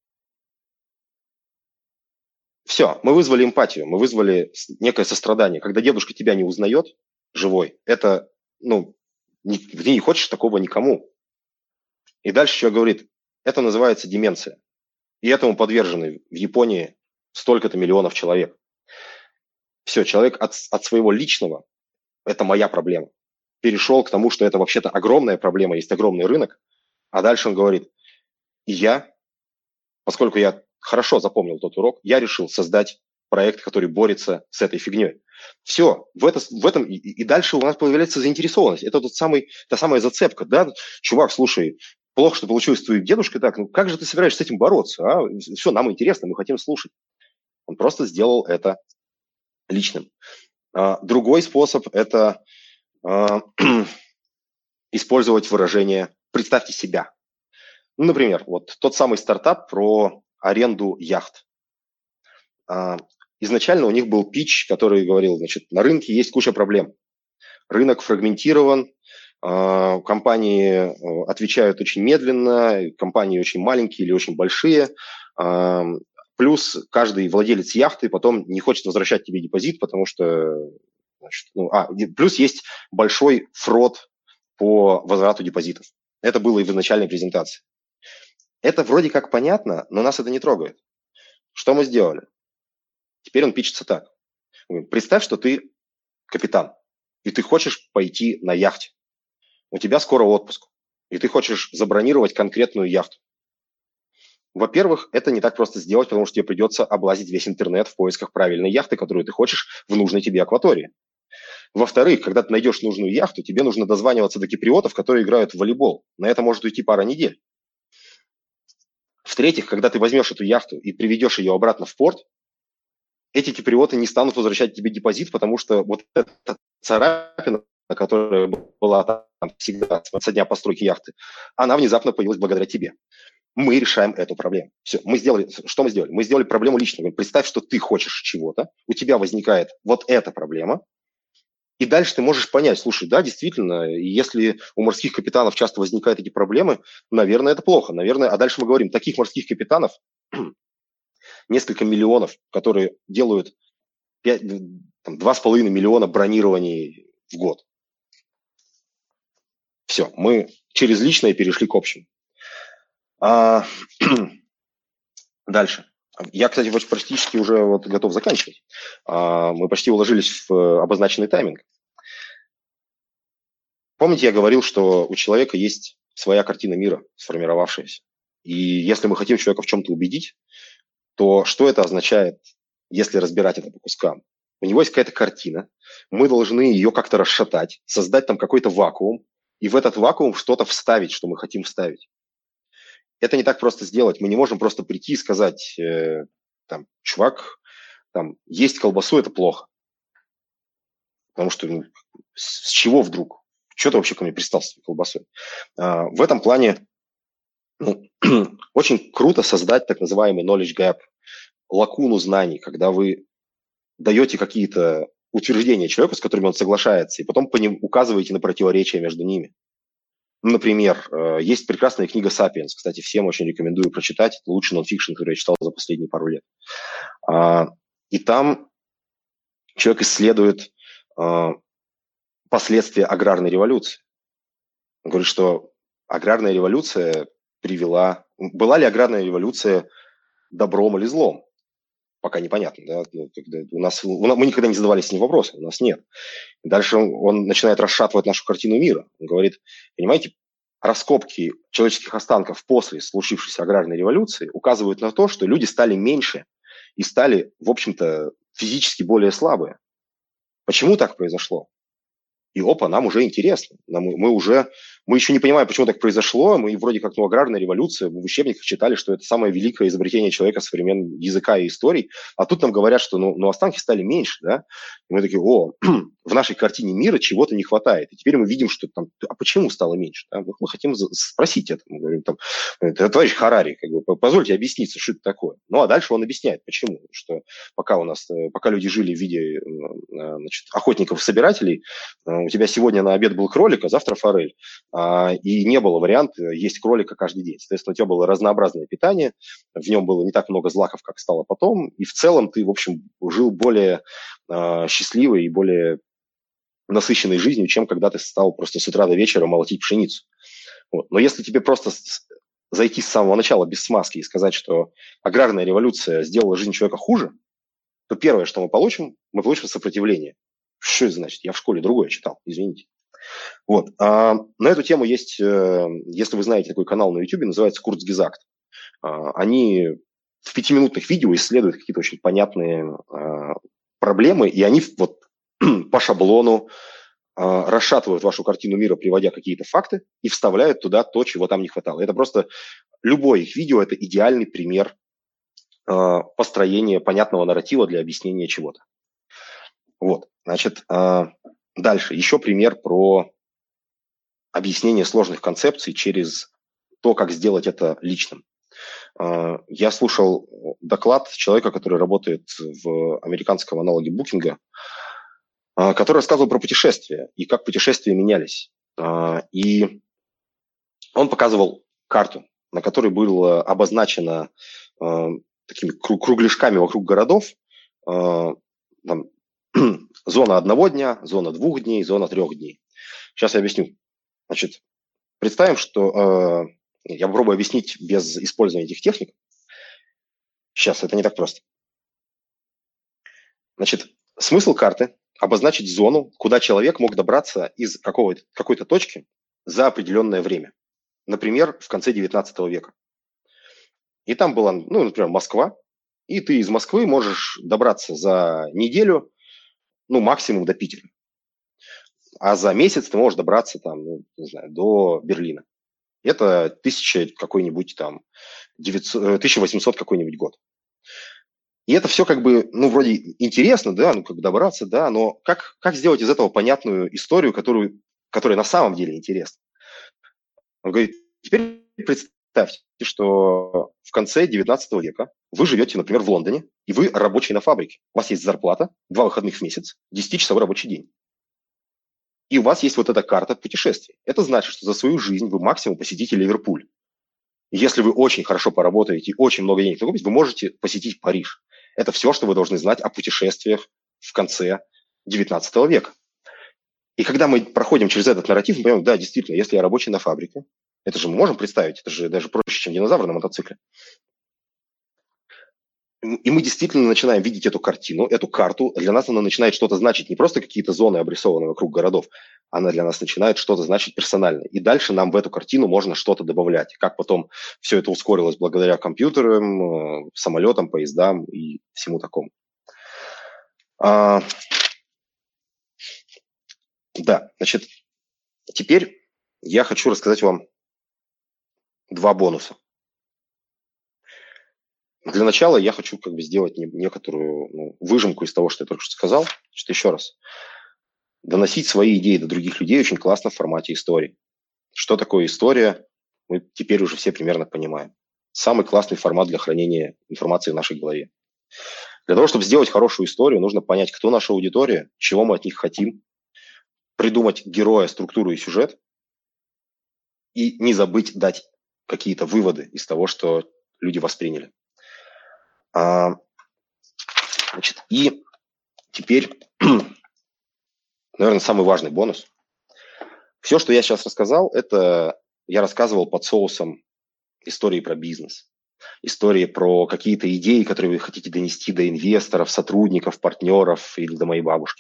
Все, мы вызвали эмпатию, мы вызвали некое сострадание. Когда дедушка тебя не узнает, живой, это, ты не хочешь такого никому. И дальше человек говорит: это называется деменция. И этому подвержены в Японии столько-то миллионов человек. Все, человек от своего личного, это моя проблема, перешел к тому, что это вообще-то огромная проблема, есть огромный рынок. А дальше он говорит: и я, поскольку я хорошо запомнил тот урок, я решил создать проект, который борется с этой фигней. Все, в этом и дальше у нас появляется заинтересованность. Это та самая зацепка. Да? Чувак, слушай, плохо, что получилось с твоим дедушкой так, как же ты собираешься с этим бороться? А? Все, нам интересно, мы хотим слушать. Он просто сделал это личным. Другой способ – это использовать выражение «представьте себя». Например, вот тот самый стартап про аренду яхт. Изначально у них был питч, который говорил: значит, на рынке есть куча проблем. Рынок фрагментирован, компании отвечают очень медленно, компании очень маленькие или очень большие. Плюс каждый владелец яхты потом не хочет возвращать тебе депозит, потому что... плюс есть большой фрод по возврату депозитов. Это было и в изначальной презентации. Это вроде как понятно, но нас это не трогает. Что мы сделали? Теперь он пичется так. Представь, что ты капитан, и ты хочешь пойти на яхте. У тебя скоро отпуск, и ты хочешь забронировать конкретную яхту. Во-первых, это не так просто сделать, потому что тебе придется облазить весь интернет в поисках правильной яхты, которую ты хочешь в нужной тебе акватории. Во-вторых, когда ты найдешь нужную яхту, тебе нужно дозваниваться до киприотов, которые играют в волейбол. На это может уйти пара недель. В-третьих, когда ты возьмешь эту яхту и приведешь ее обратно в порт, эти киприоты не станут возвращать тебе депозит, потому что вот эта царапина, которая была там всегда со дня постройки яхты, она внезапно появилась благодаря тебе. Мы решаем эту проблему. Все, что мы сделали? Мы сделали проблему личную. Представь, что ты хочешь чего-то, у тебя возникает вот эта проблема, и дальше ты можешь понять: слушай, да, действительно, если у морских капитанов часто возникают эти проблемы, наверное, это плохо. Наверное, а дальше мы говорим: таких морских капитанов несколько миллионов, которые делают 2,5 миллиона бронирований в год. Все, мы через личное перешли к общему. Дальше. Я, кстати, практически уже готов заканчивать. Мы почти уложились в обозначенный тайминг. Помните, я говорил, что у человека есть своя картина мира, сформировавшаяся. И если мы хотим человека в чем-то убедить, то что это означает, если разбирать это по кускам? У него есть какая-то картина, мы должны ее как-то расшатать, создать там какой-то вакуум, и в этот вакуум что-то вставить, что мы хотим вставить. Это не так просто сделать. Мы не можем просто прийти и сказать: чувак, есть колбасу – это плохо. Потому что с чего вдруг? Что ты вообще ко мне пристал с колбасой? В этом плане очень круто создать так называемый knowledge gap, лакуну знаний, когда вы даете какие-то утверждения человеку, с которыми он соглашается, и потом по ним указываете на противоречия между ними. Например, есть прекрасная книга «Сапиенс». Кстати, всем очень рекомендую прочитать. Это лучший нонфикшн, который я читал за последние пару лет. И там человек исследует последствия аграрной революции. Он говорит, что аграрная революция привела Была ли аграрная революция добром или злом? Пока непонятно. Да? Мы никогда не задавались с ним вопросом, у нас нет. Дальше он начинает расшатывать нашу картину мира. Он говорит, понимаете, раскопки человеческих останков после случившейся аграрной революции указывают на то, что люди стали меньше и стали, в общем-то, физически более слабые. Почему так произошло? И нам уже интересно. Мы еще не понимаем, почему так произошло. Мы вроде как, аграрная революция, в учебниках читали, что это самое великое изобретение человека со времен языка и историй. А тут нам говорят, что останки стали меньше, да? И мы такие, в нашей картине мира чего-то не хватает. И теперь мы видим, что там, а почему стало меньше? Да? Мы хотим спросить это. Мы говорим, товарищ Харари, позвольте объясниться, что это такое. А дальше он объясняет, почему. Что пока люди жили в виде охотников-собирателей, у тебя сегодня на обед был кролик, а завтра форель. И не было варианта есть кролика каждый день. Соответственно, у тебя было разнообразное питание, в нем было не так много злаков, как стало потом, и в целом ты, в общем, жил более счастливой и более насыщенной жизнью, чем когда ты стал просто с утра до вечера молотить пшеницу. Но если тебе просто зайти с самого начала без смазки и сказать, что аграрная революция сделала жизнь человека хуже, то первое, что мы получим сопротивление. Что это значит? Я в школе другое читал, извините. На эту тему есть, если вы знаете такой канал на YouTube, называется Kurzgesagt. Они в 5-минутных видео исследуют какие-то очень понятные проблемы, и они по шаблону расшатывают вашу картину мира, приводя какие-то факты, и вставляют туда то, чего там не хватало. Это просто любое их видео – это идеальный пример построения понятного нарратива для объяснения чего-то. Дальше. Еще пример про объяснение сложных концепций через то, как сделать это личным. Я слушал доклад человека, который работает в американском аналоге букинга, который рассказывал про путешествия и как путешествия менялись. И он показывал карту, на которой было обозначено такими кругляшками вокруг городов зона 1 дня, зона 2 дней, зона 3 дней. Сейчас я объясню. Представим, что я попробую объяснить без использования этих техник. Сейчас, это не так просто. Смысл карты – обозначить зону, куда человек мог добраться из какой-то точки за определенное время. Например, в конце 19 века. И там была, например, Москва, и ты из Москвы можешь добраться за неделю, максимум до Питера. А за месяц ты можешь добраться до Берлина. Это 1800 какой-нибудь год. И это все вроде интересно, да, как добраться, да, но как сделать из этого понятную историю, которая на самом деле интересна? Он говорит, теперь представьте, что в конце 19 века вы живете, например, в Лондоне, и вы рабочий на фабрике. У вас есть зарплата, 2 выходных в месяц, 10-часовой рабочий день. И у вас есть эта карта путешествий. Это значит, что за свою жизнь вы максимум посетите Ливерпуль. Если вы очень хорошо поработаете и очень много денег накопите, вы можете посетить Париж. Это все, что вы должны знать о путешествиях в конце 19 века. И когда мы проходим через этот нарратив, мы понимаем, да, действительно, если я рабочий на фабрике, это же мы можем представить, это же даже проще, чем динозавр на мотоцикле. И мы действительно начинаем видеть эту картину, эту карту. Для нас она начинает что-то значить. Не просто какие-то зоны, обрисованные вокруг городов. Она для нас начинает что-то значить персонально. И дальше нам в эту картину можно что-то добавлять. Как потом все это ускорилось благодаря компьютерам, самолетам, поездам и всему такому. Да, теперь я хочу рассказать вам 2 бонуса. Для начала я хочу сделать некоторую выжимку из того, что я только что сказал. Еще раз. Доносить свои идеи до других людей очень классно в формате истории. Что такое история, мы теперь уже все примерно понимаем. Самый классный формат для хранения информации в нашей голове. Для того, чтобы сделать хорошую историю, нужно понять, кто наша аудитория, чего мы от них хотим, придумать героя, структуру и сюжет, и не забыть дать какие-то выводы из того, что люди восприняли. И теперь, наверное, самый важный бонус. Все, что я сейчас рассказал, это я рассказывал под соусом истории про бизнес, истории про какие-то идеи, которые вы хотите донести до инвесторов, сотрудников, партнеров или до моей бабушки.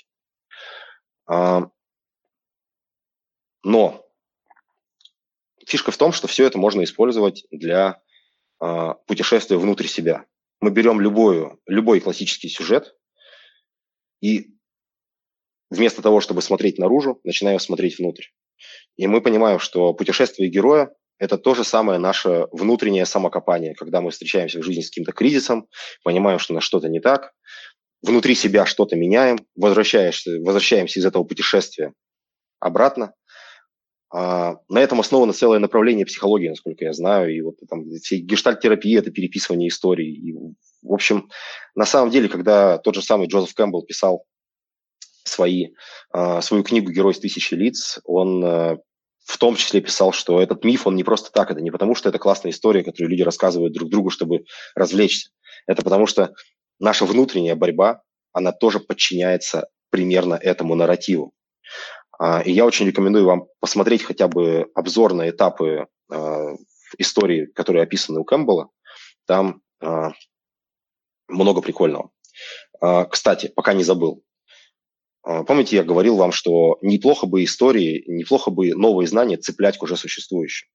Но фишка в том, что все это можно использовать для путешествия внутрь себя. Мы берем любой классический сюжет и вместо того, чтобы смотреть наружу, начинаем смотреть внутрь. И мы понимаем, что путешествие героя – это то же самое наше внутреннее самокопание, когда мы встречаемся в жизни с каким-то кризисом, понимаем, что у нас что-то не так, внутри себя что-то меняем, возвращаемся из этого путешествия обратно. На этом основано целое направление психологии, насколько я знаю, и вот там все гештальт-терапия – это переписывание историй. И, в общем, на самом деле, когда тот же самый Джозеф Кэмпбелл писал свою книгу «Герой с тысячи лиц», он в том числе писал, что этот миф, он не просто так, это не потому, что это классная история, которую люди рассказывают друг другу, чтобы развлечься. Это потому, что наша внутренняя борьба, она тоже подчиняется примерно этому нарративу. И я очень рекомендую вам посмотреть хотя бы обзор на этапы истории, которые описаны у Кэмпбелла. Там много прикольного. Кстати, пока не забыл. Помните, я говорил вам, что неплохо бы истории, неплохо бы новые знания цеплять к уже существующим.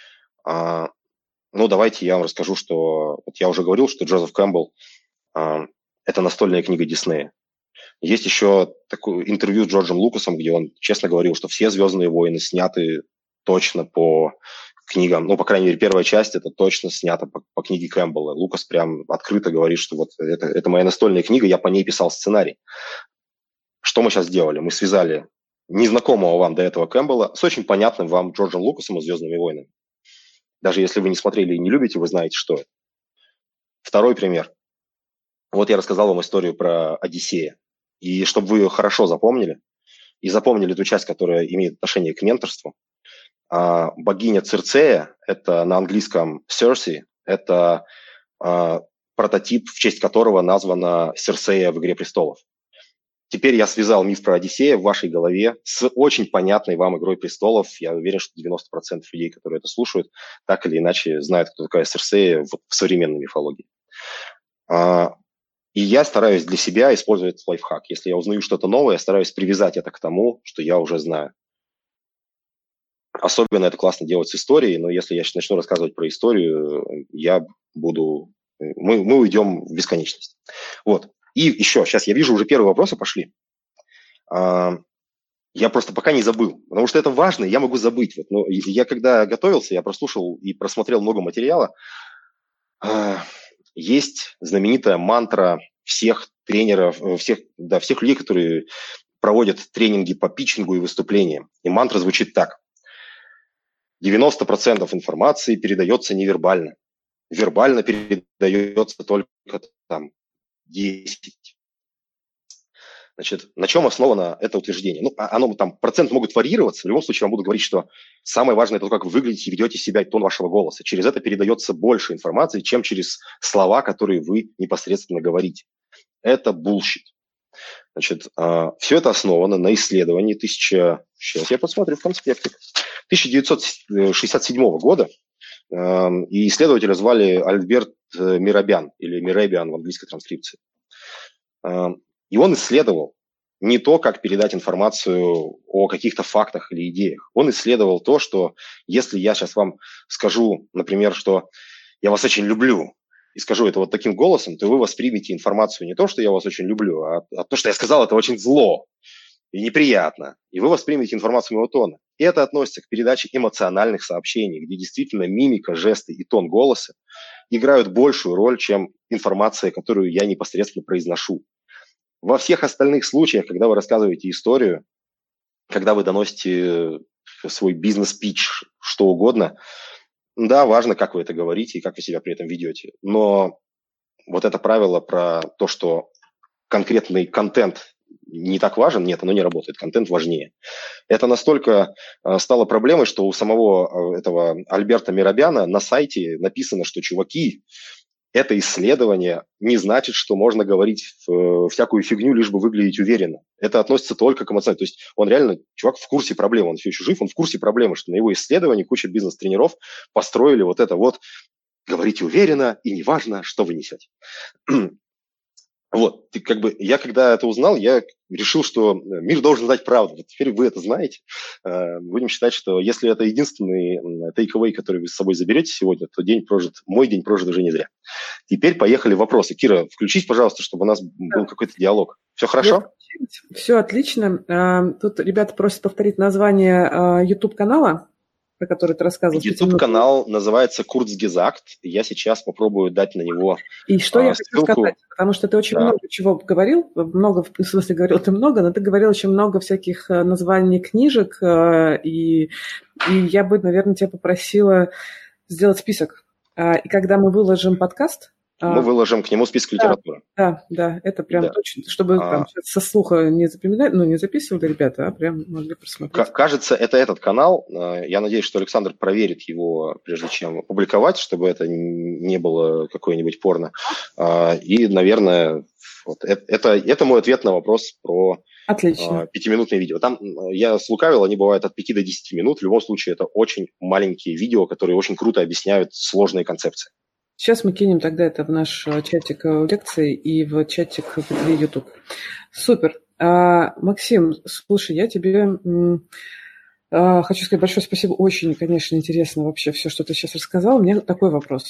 Ну, давайте я вам расскажу, что... Вот я уже говорил, что Джозеф Кэмпбелл – это настольная книга Диснея. Есть еще такое интервью с Джорджем Лукасом, где он честно говорил, что все «Звездные войны» сняты точно по книгам. Ну, по крайней мере, первая часть – это точно снято по книге Кэмпбелла. Лукас прям открыто говорит, что вот это моя настольная книга, я по ней писал сценарий. Что мы сейчас сделали? Мы связали незнакомого вам до этого Кэмпбелла с очень понятным вам Джорджем Лукасом и «Звездными войнами». Даже если вы не смотрели и не любите, вы знаете, что это. Второй пример. Вот я рассказал вам историю про Одиссея. И чтобы вы ее хорошо запомнили, и запомнили ту часть, которая имеет отношение к менторству, богиня Цирцея, это на английском Cersei, это прототип, в честь которого названа Серсея в «Игре престолов». Теперь я связал миф про Одиссея в вашей голове с очень понятной вам «Игрой престолов». Я уверен, что 90% людей, которые это слушают, так или иначе знают, кто такая Серсея в современной мифологии. И я стараюсь для себя использовать лайфхак. Если я узнаю что-то новое, я стараюсь привязать это к тому, что я уже знаю. Особенно это классно делать с историей, но если я сейчас начну рассказывать про историю, мы уйдем в бесконечность. Вот. И еще, сейчас я вижу, уже первые вопросы пошли. Я просто пока не забыл, потому что это важно, я могу забыть. Вот. Но я когда готовился, я прослушал и просмотрел много материала. Есть знаменитая мантра всех тренеров, всех людей, которые проводят тренинги по питчингу и выступлениям. И мантра звучит так. 90% информации передается невербально. Вербально передается только там 10. Значит, на чем основано это утверждение? Ну, оно там, процент могут варьироваться. В любом случае, я вам буду говорить, что самое важное – это то, как вы выглядите и ведете себя, и тон вашего голоса. Через это передается больше информации, чем через слова, которые вы непосредственно говорите. Это bullshit. Значит, все это основано на исследовании сейчас я посмотрю в конспекте. 1967 года. И исследователя звали Альберт Мирабян, или Мирабян в английской транскрипции. И он исследовал не то, как передать информацию о каких-то фактах или идеях. Он исследовал то, что если я сейчас вам скажу, например, что я вас очень люблю, и скажу это вот таким голосом, то вы воспримете информацию не то, что я вас очень люблю, а то, что я сказал, это очень зло и неприятно. И вы воспримете информацию моего тона. И это относится к передаче эмоциональных сообщений, где действительно мимика, жесты и тон голоса играют большую роль, чем информация, которую я непосредственно произношу. Во всех остальных случаях, когда вы рассказываете историю, когда вы доносите свой бизнес-питч, что угодно, да, важно, как вы это говорите и как вы себя при этом ведете. Но вот это правило про то, что конкретный контент не так важен, нет, оно не работает, контент важнее. Это настолько стало проблемой, что у самого этого Альберта Мирабяна на сайте написано, что, чуваки, это исследование не значит, что можно говорить всякую фигню, лишь бы выглядеть уверенно. Это относится только к эмоциональному. То есть он реально, чувак, в курсе проблемы, он все еще жив, он в курсе проблемы, что на его исследовании куча бизнес-тренеров построили вот это вот «говорите уверенно, и неважно, что вы несете». Вот, я когда это узнал, я решил, что мир должен знать правду. Вот теперь вы это знаете. Будем считать, что если это единственный take-away, который вы с собой заберете сегодня, то мой день прожит уже не зря. Теперь поехали вопросы. Кира, включись, пожалуйста, чтобы у нас был какой-то диалог. Все хорошо? Все отлично. Тут ребята просят повторить название YouTube-канала, про который ты рассказывал. YouTube-канал называется Kurzgesagt. Я сейчас попробую дать на него И что я хочу сказать, потому что ты очень много чего говорил, в смысле говорил ты много, но ты говорил очень много всяких названий книжек, и я бы, наверное, тебя попросила сделать список. И когда мы выложим подкаст... Мы выложим к нему список литературы. Да, это прям точно, чтобы со слуха не запоминать, не записывали ребята, а прям могли просмотреть. Кажется, это этот канал. Я надеюсь, что Александр проверит его, прежде чем опубликовать, чтобы это не было какое-нибудь порно. И, наверное, вот это мой ответ на вопрос про 5-минутные видео. Там я слукавил, они бывают от 5 до 10 минут. В любом случае, это очень маленькие видео, которые очень круто объясняют сложные концепции. Сейчас мы кинем тогда это в наш чатик лекций и в чатик в YouTube. Супер. Максим, слушай, я тебе хочу сказать большое спасибо. Очень, конечно, интересно вообще все, что ты сейчас рассказал. У меня такой вопрос.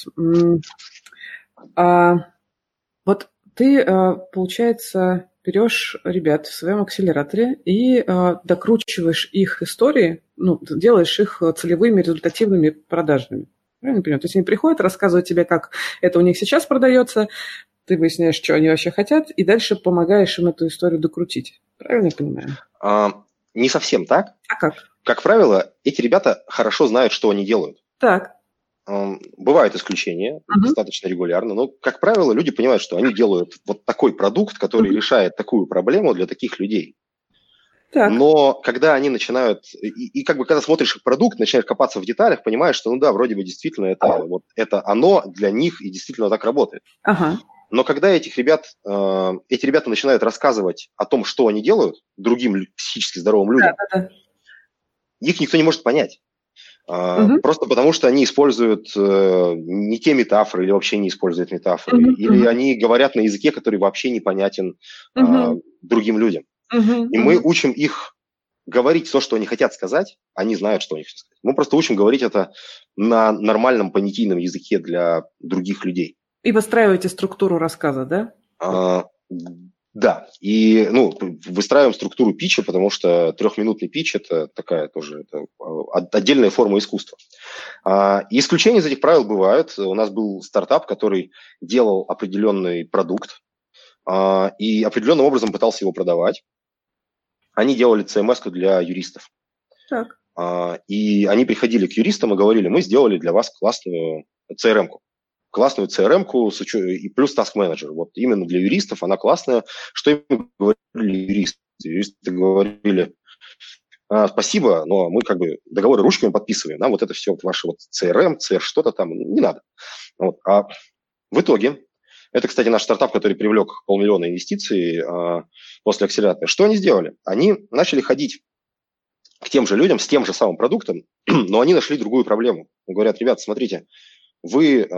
Вот ты, получается, берешь ребят в своем акселераторе и докручиваешь их истории, делаешь их целевыми, результативными, продажными. Правильно понимаю? То есть они приходят, рассказывают тебе, как это у них сейчас продается, ты выясняешь, что они вообще хотят, и дальше помогаешь им эту историю докрутить. Правильно я понимаю? Не совсем так. А как? Как правило, эти ребята хорошо знают, что они делают. Так. Бывают исключения, достаточно регулярно, но, как правило, люди понимают, что они делают вот такой продукт, который решает такую проблему для таких людей. Так. Но когда они начинают, когда смотришь их продукт, начинаешь копаться в деталях, понимаешь, что вроде бы действительно это оно для них и действительно так работает. Ага. Но когда эти ребята начинают рассказывать о том, что они делают другим психически здоровым людям, их никто не может понять. Просто потому, что они используют не те метафоры или вообще не используют метафоры, или они говорят на языке, который вообще непонятен другим людям. И мы учим их говорить то, что они хотят сказать, они знают, что они хотят сказать. Мы просто учим говорить это на нормальном понятийном языке для других людей. И выстраиваете структуру рассказа, да? Да. И выстраиваем структуру питча, потому что 3-минутный питч – это такая тоже отдельная форма искусства. И исключения из этих правил бывают. У нас был стартап, который делал определенный продукт и определенным образом пытался его продавать. Они делали CMS-ку для юристов. Так. И они приходили к юристам и говорили: мы сделали для вас классную CRM-ку. Классную CRM-ку и плюс Task Manager. Вот именно для юристов она классная. Что им говорили юристы? Юристы говорили: спасибо, но мы договоры ручками подписываем. Нам вот это все, ваше CRM, CR, что-то там, не надо. А в итоге, это, кстати, наш стартап, который привлек 500 000 инвестиций после акселератора. Что они сделали? Они начали ходить к тем же людям с тем же самым продуктом, но они нашли другую проблему. Говорят: ребята, смотрите, вы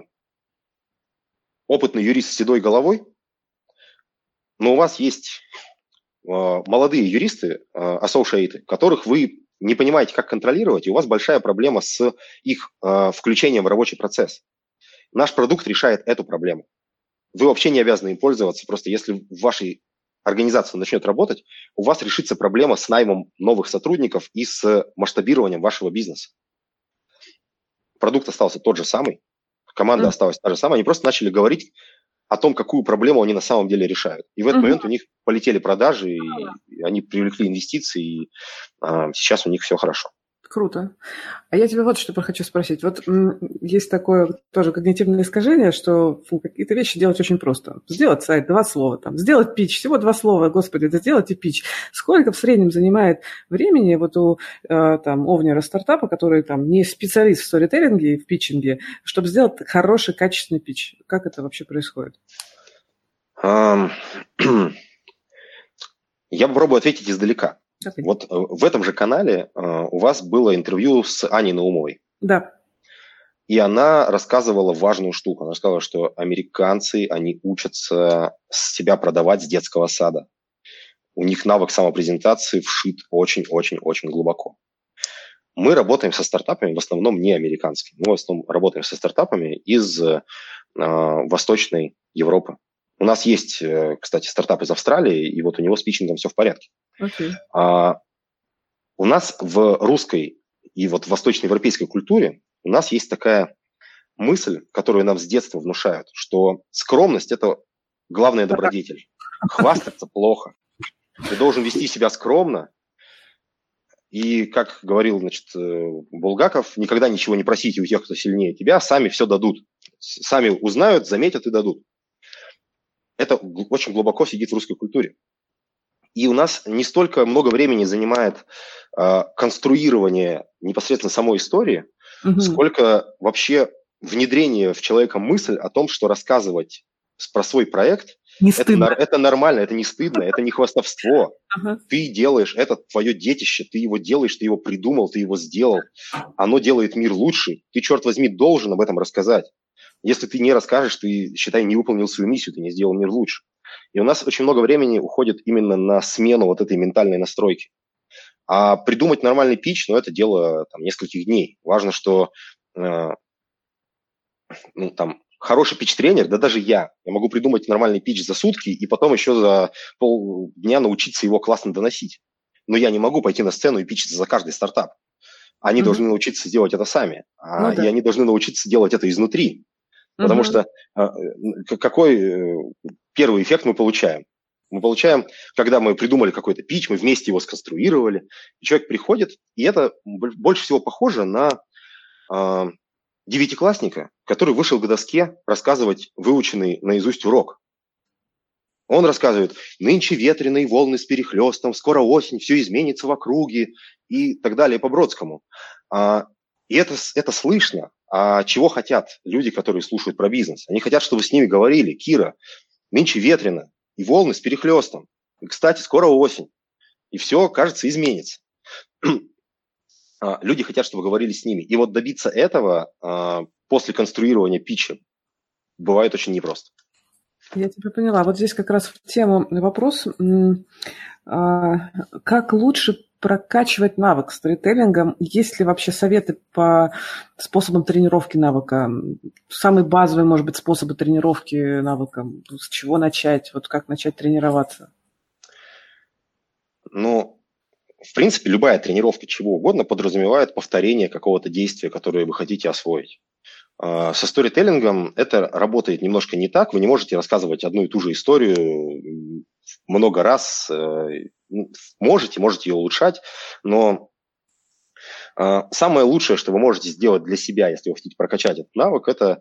опытный юрист с седой головой, но у вас есть молодые юристы, ассоциаты, которых вы не понимаете, как контролировать, и у вас большая проблема с их включением в рабочий процесс. Наш продукт решает эту проблему. Вы вообще не обязаны им пользоваться, просто если в вашей организации начнет работать, у вас решится проблема с наймом новых сотрудников и с масштабированием вашего бизнеса. Продукт остался тот же самый, команда осталась та же самая, они просто начали говорить о том, какую проблему они на самом деле решают. И в этот момент у них полетели продажи, и они привлекли инвестиции, и сейчас у них все хорошо. Круто. А я тебя вот что хочу спросить. Вот есть такое тоже когнитивное искажение, что какие-то вещи делать очень просто. Сделать сайт, 2 слова, там, сделать пич, всего 2 слова, господи, это сделайте пич. Сколько в среднем занимает времени вот у там, овнера стартапа, который там не специалист в сторителлинге и в питчинге, чтобы сделать хороший, качественный пич? Как это вообще происходит? Я попробую ответить издалека. Вот в этом же канале у вас было интервью с Аней Наумовой. Да. И она рассказывала важную штуку. Она сказала, что американцы, они учатся себя продавать с детского сада. У них навык самопрезентации вшит очень-очень-очень глубоко. Мы работаем со стартапами, в основном не американскими. Мы в основном работаем со стартапами из Восточной Европы. У нас есть, кстати, стартап из Австралии, и вот у него с питчингом все в порядке. Okay. У нас в русской и вот в восточноевропейской культуре у нас есть такая мысль, которую нам с детства внушают, что скромность – это главная добродетель. Хвастаться плохо. Ты должен вести себя скромно. И, как говорил, значит, Булгаков, никогда ничего не просите у тех, кто сильнее тебя, сами все дадут. Сами узнают, заметят и дадут. Это очень глубоко сидит в русской культуре. И у нас не столько много времени занимает конструирование непосредственно самой истории, сколько вообще внедрение в человека мысль о том, что рассказывать про свой проект это нормально, это не стыдно, это не хвастовство. Ты делаешь, это твое детище, ты его делаешь, ты его придумал, ты его сделал. Оно делает мир лучше. Ты, черт возьми, должен об этом рассказать. Если ты не расскажешь, ты, считай, не выполнил свою миссию, ты не сделал мир лучше. И у нас очень много времени уходит именно на смену вот этой ментальной настройки. А придумать нормальный питч, это дело там, нескольких дней. Важно, что хороший питч-тренер, да даже я могу придумать нормальный питч за сутки и потом еще за полдня научиться его классно доносить. Но я не могу пойти на сцену и питчиться за каждый стартап. Они должны научиться делать это сами. И они должны научиться делать это изнутри. Потому что какой первый эффект мы получаем? Мы получаем, когда мы придумали какой-то питч, мы вместе его сконструировали, и человек приходит, и это больше всего похоже на девятиклассника, который вышел к доске рассказывать выученный наизусть урок. Он рассказывает: нынче ветреные волны с перехлестом, скоро осень, все изменится в округе и так далее по Бродскому. И это слышно. А чего хотят люди, которые слушают про бизнес? Они хотят, чтобы с ними говорили: Кира, нынче ветрено, и волны с перехлестом. И, кстати, скоро осень. И все, кажется, изменится. Люди хотят, чтобы говорили с ними. И вот добиться этого после конструирования питча бывает очень непросто. Я тебя поняла. Вот здесь как раз в тему вопрос, как лучше прокачивать навык сторителлингом? Есть ли вообще советы по способам тренировки навыка? Самые базовые, может быть, способы тренировки навыка? С чего начать? Вот как начать тренироваться? В принципе, любая тренировка чего угодно подразумевает повторение какого-то действия, которое вы хотите освоить. Со сторителлингом это работает немножко не так. Вы не можете рассказывать одну и ту же историю много раз. Можете ее улучшать, но самое лучшее, что вы можете сделать для себя, если вы хотите прокачать этот навык, это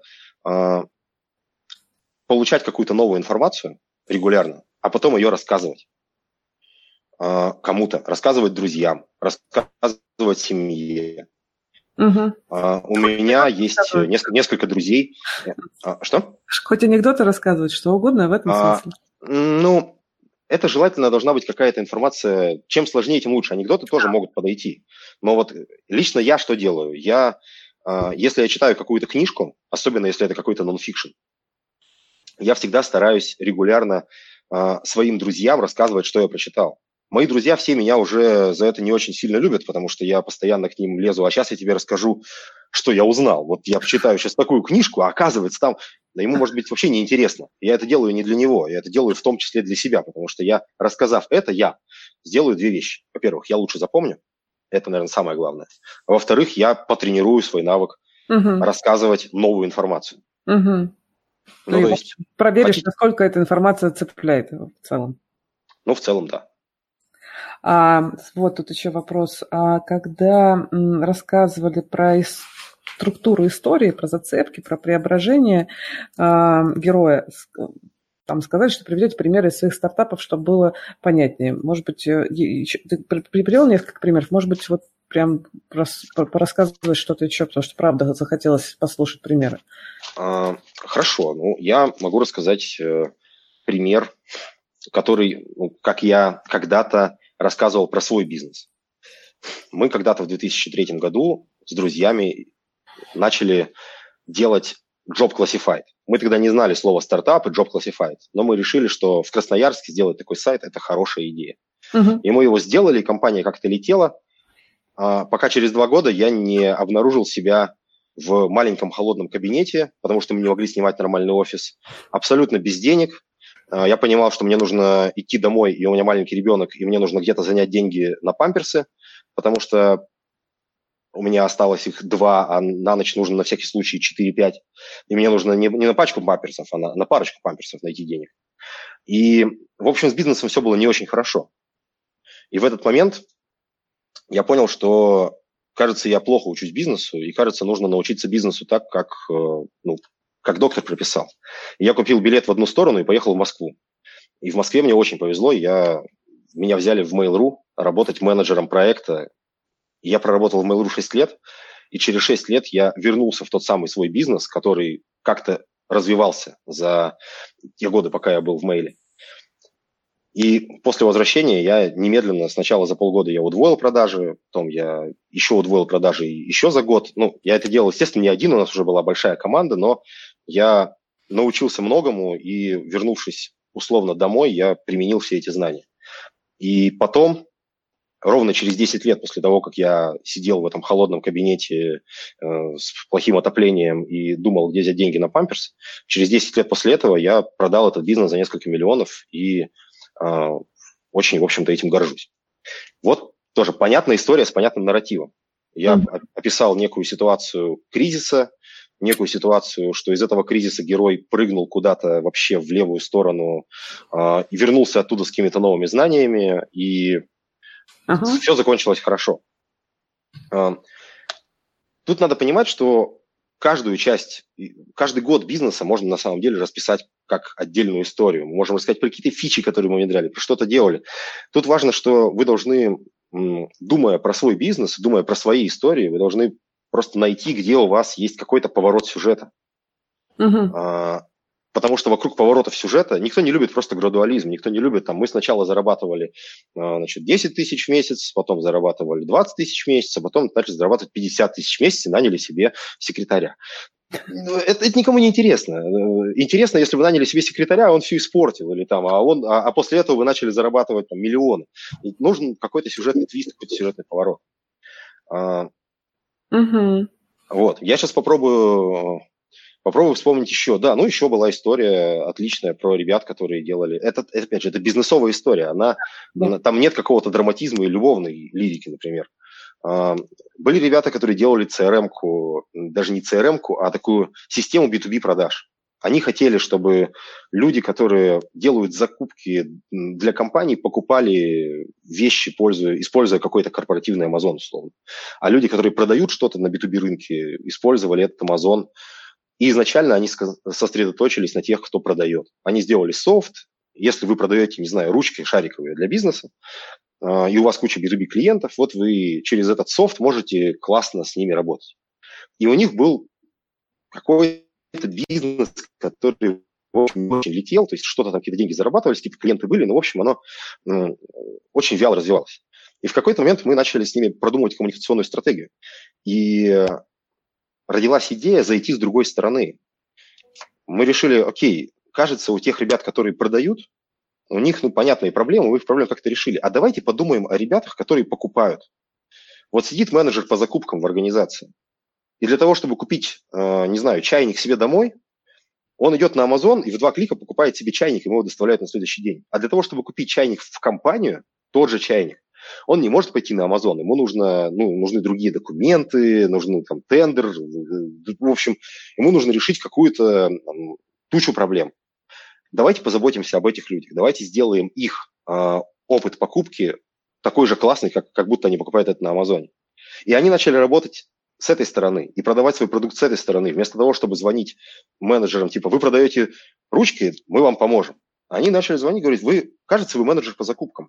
получать какую-то новую информацию регулярно, а потом ее рассказывать кому-то, рассказывать друзьям, рассказывать семье. У меня есть несколько друзей. Что? Хоть анекдоты рассказывать, что угодно в этом смысле. Это желательно должна быть какая-то информация. Чем сложнее, тем лучше. Анекдоты тоже могут подойти. Но вот лично я что делаю? Если я читаю какую-то книжку, особенно если это какой-то нон-фикшн, я всегда стараюсь регулярно своим друзьям рассказывать, что я прочитал. Мои друзья все меня уже за это не очень сильно любят, потому что я постоянно к ним лезу. А сейчас я тебе расскажу, что я узнал. Вот я почитаю сейчас такую книжку, а оказывается там... Да ему, может быть, вообще неинтересно. Я это делаю не для него, я это делаю в том числе для себя, потому что я, рассказав это, я сделаю две вещи. Во-первых, я лучше запомню. Это, наверное, самое главное. А во-вторых, я потренирую свой навык рассказывать новую информацию. То есть проверишь, насколько эта информация цепляет в целом. В целом, да. Вот тут еще вопрос. Когда рассказывали про структуру истории, про зацепки, про преображение героя, там сказали, что приведете примеры из своих стартапов, чтобы было понятнее. Может быть, ты привел несколько примеров, может быть, вот прям порассказывать что-то еще, потому что, правда, захотелось послушать примеры. Хорошо. Ну, я могу рассказать пример, который, как я когда-то рассказывал про свой бизнес. Мы когда-то в 2003 году с друзьями начали делать Job Classified. Мы тогда не знали слова стартап и Job Classified, но мы решили, что в Красноярске сделать такой сайт – это хорошая идея. И мы его сделали, и компания как-то летела, пока через 2 года я не обнаружил себя в маленьком холодном кабинете, потому что мы не могли снимать нормальный офис, абсолютно без денег. Я понимал, что мне нужно идти домой, и у меня маленький ребенок, и мне нужно где-то занять деньги на памперсы, потому что у меня осталось их 2, а на ночь нужно на всякий случай 4-5. И мне нужно не на пачку памперсов, а на парочку памперсов найти денег. И, в общем, с бизнесом все было не очень хорошо. И в этот момент я понял, что, кажется, я плохо учусь бизнесу, и, кажется, нужно научиться бизнесу так, как доктор прописал. И я купил билет в одну сторону и поехал в Москву. И в Москве мне очень повезло, меня взяли в Mail.ru работать менеджером проекта. Я проработал в Mail.ru 6 лет, и через 6 лет я вернулся в тот самый свой бизнес, который как-то развивался за те годы, пока я был в Mail. И после возвращения я немедленно, сначала за полгода я удвоил продажи, потом я еще удвоил продажи еще за год. Я это делал, естественно, не один, у нас уже была большая команда, но я научился многому, и, вернувшись условно домой, я применил все эти знания. И потом, ровно через 10 лет после того, как я сидел в этом холодном кабинете с плохим отоплением и думал, где взять деньги на памперс, через 10 лет после этого я продал этот бизнес за несколько миллионов и очень, в общем-то, этим горжусь. Вот тоже понятная история с понятным нарративом. Я описал некую ситуацию кризиса, некую ситуацию, что из этого кризиса герой прыгнул куда-то вообще в левую сторону и вернулся оттуда с какими-то новыми знаниями, и все закончилось хорошо. Тут надо понимать, что каждый год бизнеса можно на самом деле расписать как отдельную историю. Мы можем рассказать про какие-то фичи, которые мы внедряли, про что-то делали. Тут важно, что вы должны, думая про свой бизнес, думая про свои истории, вы должны просто найти, где у вас есть какой-то поворот сюжета. Потому что вокруг поворотов сюжета никто не любит просто градуализм, никто не любит, мы сначала зарабатывали 10 тысяч в месяц, потом зарабатывали 20 тысяч в месяц, а потом начали зарабатывать 50 тысяч в месяц и наняли себе секретаря. Это никому не интересно. Интересно, если вы наняли себе секретаря, он все испортил, а после этого вы начали зарабатывать миллионы. И нужен какой-то сюжетный твист, какой-то сюжетный поворот. Вот. Я сейчас попробую вспомнить еще. Да, еще была история отличная про ребят, которые делали... Опять же, это бизнесовая история. Там нет какого-то драматизма и любовной лирики, например. Были ребята, которые делали CRM-ку, даже не CRM-ку, а такую систему B2B продаж. Они хотели, чтобы люди, которые делают закупки для компаний, покупали вещи, используя какой-то корпоративный Amazon, условно. А люди, которые продают что-то на B2B рынке, использовали этот Amazon. И изначально они сосредоточились на тех, кто продает. Они сделали софт. Если вы продаете, не знаю, ручки шариковые для бизнеса, и у вас куча B2B клиентов, вот вы через этот софт можете классно с ними работать. И у них был какой-то бизнес, который очень летел, то есть что-то там, какие-то деньги зарабатывались, типа клиенты были, но, в общем, оно очень вяло развивалось. И в какой-то момент мы начали с ними продумывать коммуникационную стратегию. И родилась идея зайти с другой стороны. Мы решили, окей, кажется, у тех ребят, которые продают, у них, понятные проблемы, мы их проблемы как-то решили. А давайте подумаем о ребятах, которые покупают. Вот сидит менеджер по закупкам в организации. И для того, чтобы купить, не знаю, чайник себе домой, он идет на Amazon и в 2 клика покупает себе чайник, и ему его доставляют на следующий день. А для того, чтобы купить чайник в компанию, тот же чайник, он не может пойти на Amazon. Ему нужны другие документы, нужны тендер. В общем, ему нужно решить какую-то тучу проблем. Давайте позаботимся об этих людях. Давайте сделаем их опыт покупки такой же классный, как будто они покупают это на Амазоне. И они начали работать с этой стороны и продавать свой продукт с этой стороны. Вместо того, чтобы звонить менеджерам, типа, вы продаете ручки, мы вам поможем. Они начали звонить, говорить, кажется, вы менеджер по закупкам.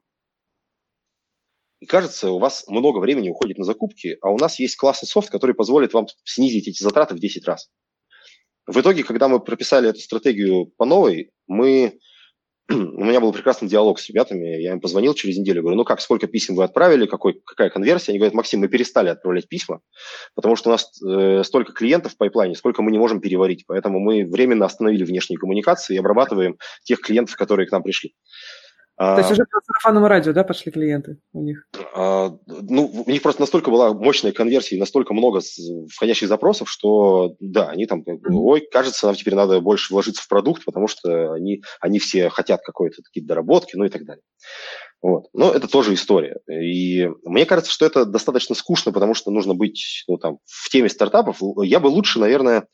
И кажется, у вас много времени уходит на закупки, а у нас есть классный софт, который позволит вам снизить эти затраты в 10 раз. В итоге, когда мы прописали эту стратегию по новой, у меня был прекрасный диалог с ребятами, я им позвонил через неделю, говорю, ну как, сколько писем вы отправили, какая конверсия? Они говорят, Максим, мы перестали отправлять письма, потому что у нас столько клиентов в пайплайне, сколько мы не можем переварить, поэтому мы временно остановили внешние коммуникации и обрабатываем тех клиентов, которые к нам пришли. То есть уже по сарафанному радио, да, пошли клиенты у них? У них просто настолько была мощная конверсия и настолько много входящих запросов, что, да, они там, кажется, нам теперь надо больше вложиться в продукт, потому что они все хотят какие-то доработки, ну и так далее. Вот. Но это тоже история. И мне кажется, что это достаточно скучно, потому что нужно быть в теме стартапов. Я бы лучше, наверное,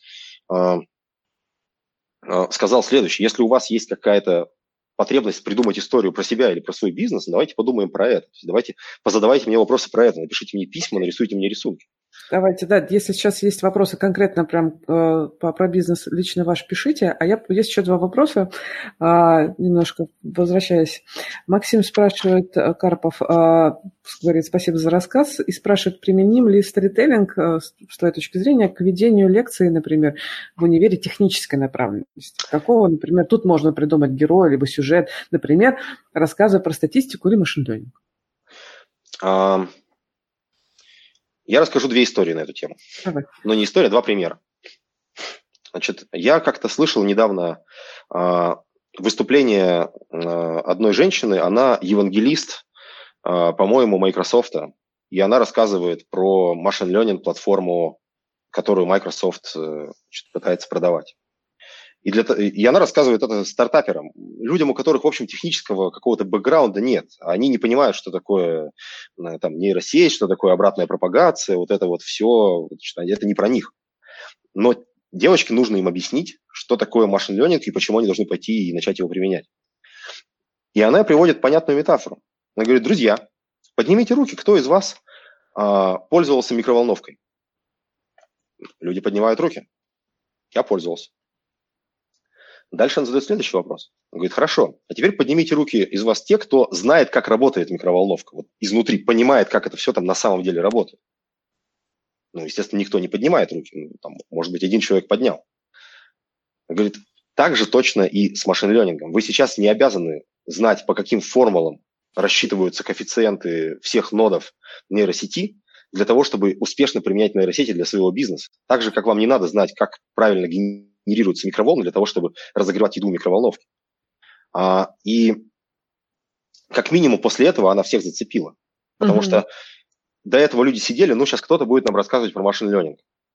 сказал следующее. Если у вас есть какая-то потребность придумать историю про себя или про свой бизнес, давайте подумаем про это. Давайте позадавайте мне вопросы про это, напишите мне письма, нарисуйте мне рисунки. Давайте, да, если сейчас есть вопросы конкретно прям про бизнес, лично ваш пишите, а есть еще 2 вопроса, немножко возвращаясь. Максим спрашивает, Карпов, говорит, спасибо за рассказ, и спрашивает, применим ли сторителлинг, с твоей точки зрения, к ведению лекции, например, в универе технической направленности. Какого, например, тут можно придумать героя, либо сюжет, например, рассказывая про статистику или машин-лернинг. Я расскажу 2 истории на эту тему. Давай. Но не история, 2 примера. Значит, я как-то слышал недавно выступление одной женщины, она евангелист, по-моему, Microsoft, и она рассказывает про machine learning платформу, которую Microsoft пытается продавать. И она рассказывает это стартаперам, людям, у которых, в общем, технического какого-то бэкграунда нет. Они не понимают, что такое нейросеть, что такое обратная пропагация, вот это вот все, это не про них. Но девочке нужно им объяснить, что такое машин learning и почему они должны пойти и начать его применять. И она приводит понятную метафору. Она говорит, друзья, поднимите руки, кто из вас пользовался микроволновкой? Люди поднимают руки. Я пользовался. Дальше он задает следующий вопрос. Он говорит, хорошо, а теперь поднимите руки из вас те, кто знает, как работает микроволновка. Вот изнутри понимает, как это все там на самом деле работает. Естественно, никто не поднимает руки. Может быть, 1 человек поднял. Он говорит, так же точно и с машин-лернингом. Вы сейчас не обязаны знать, по каким формулам рассчитываются коэффициенты всех нодов нейросети для того, чтобы успешно применять нейросети для своего бизнеса. Так же, как вам не надо знать, как правильно генерируются микроволны для того, чтобы разогревать еду в микроволновке. И как минимум после этого она всех зацепила. Потому что до этого люди сидели, сейчас кто-то будет нам рассказывать про машин-лернинг.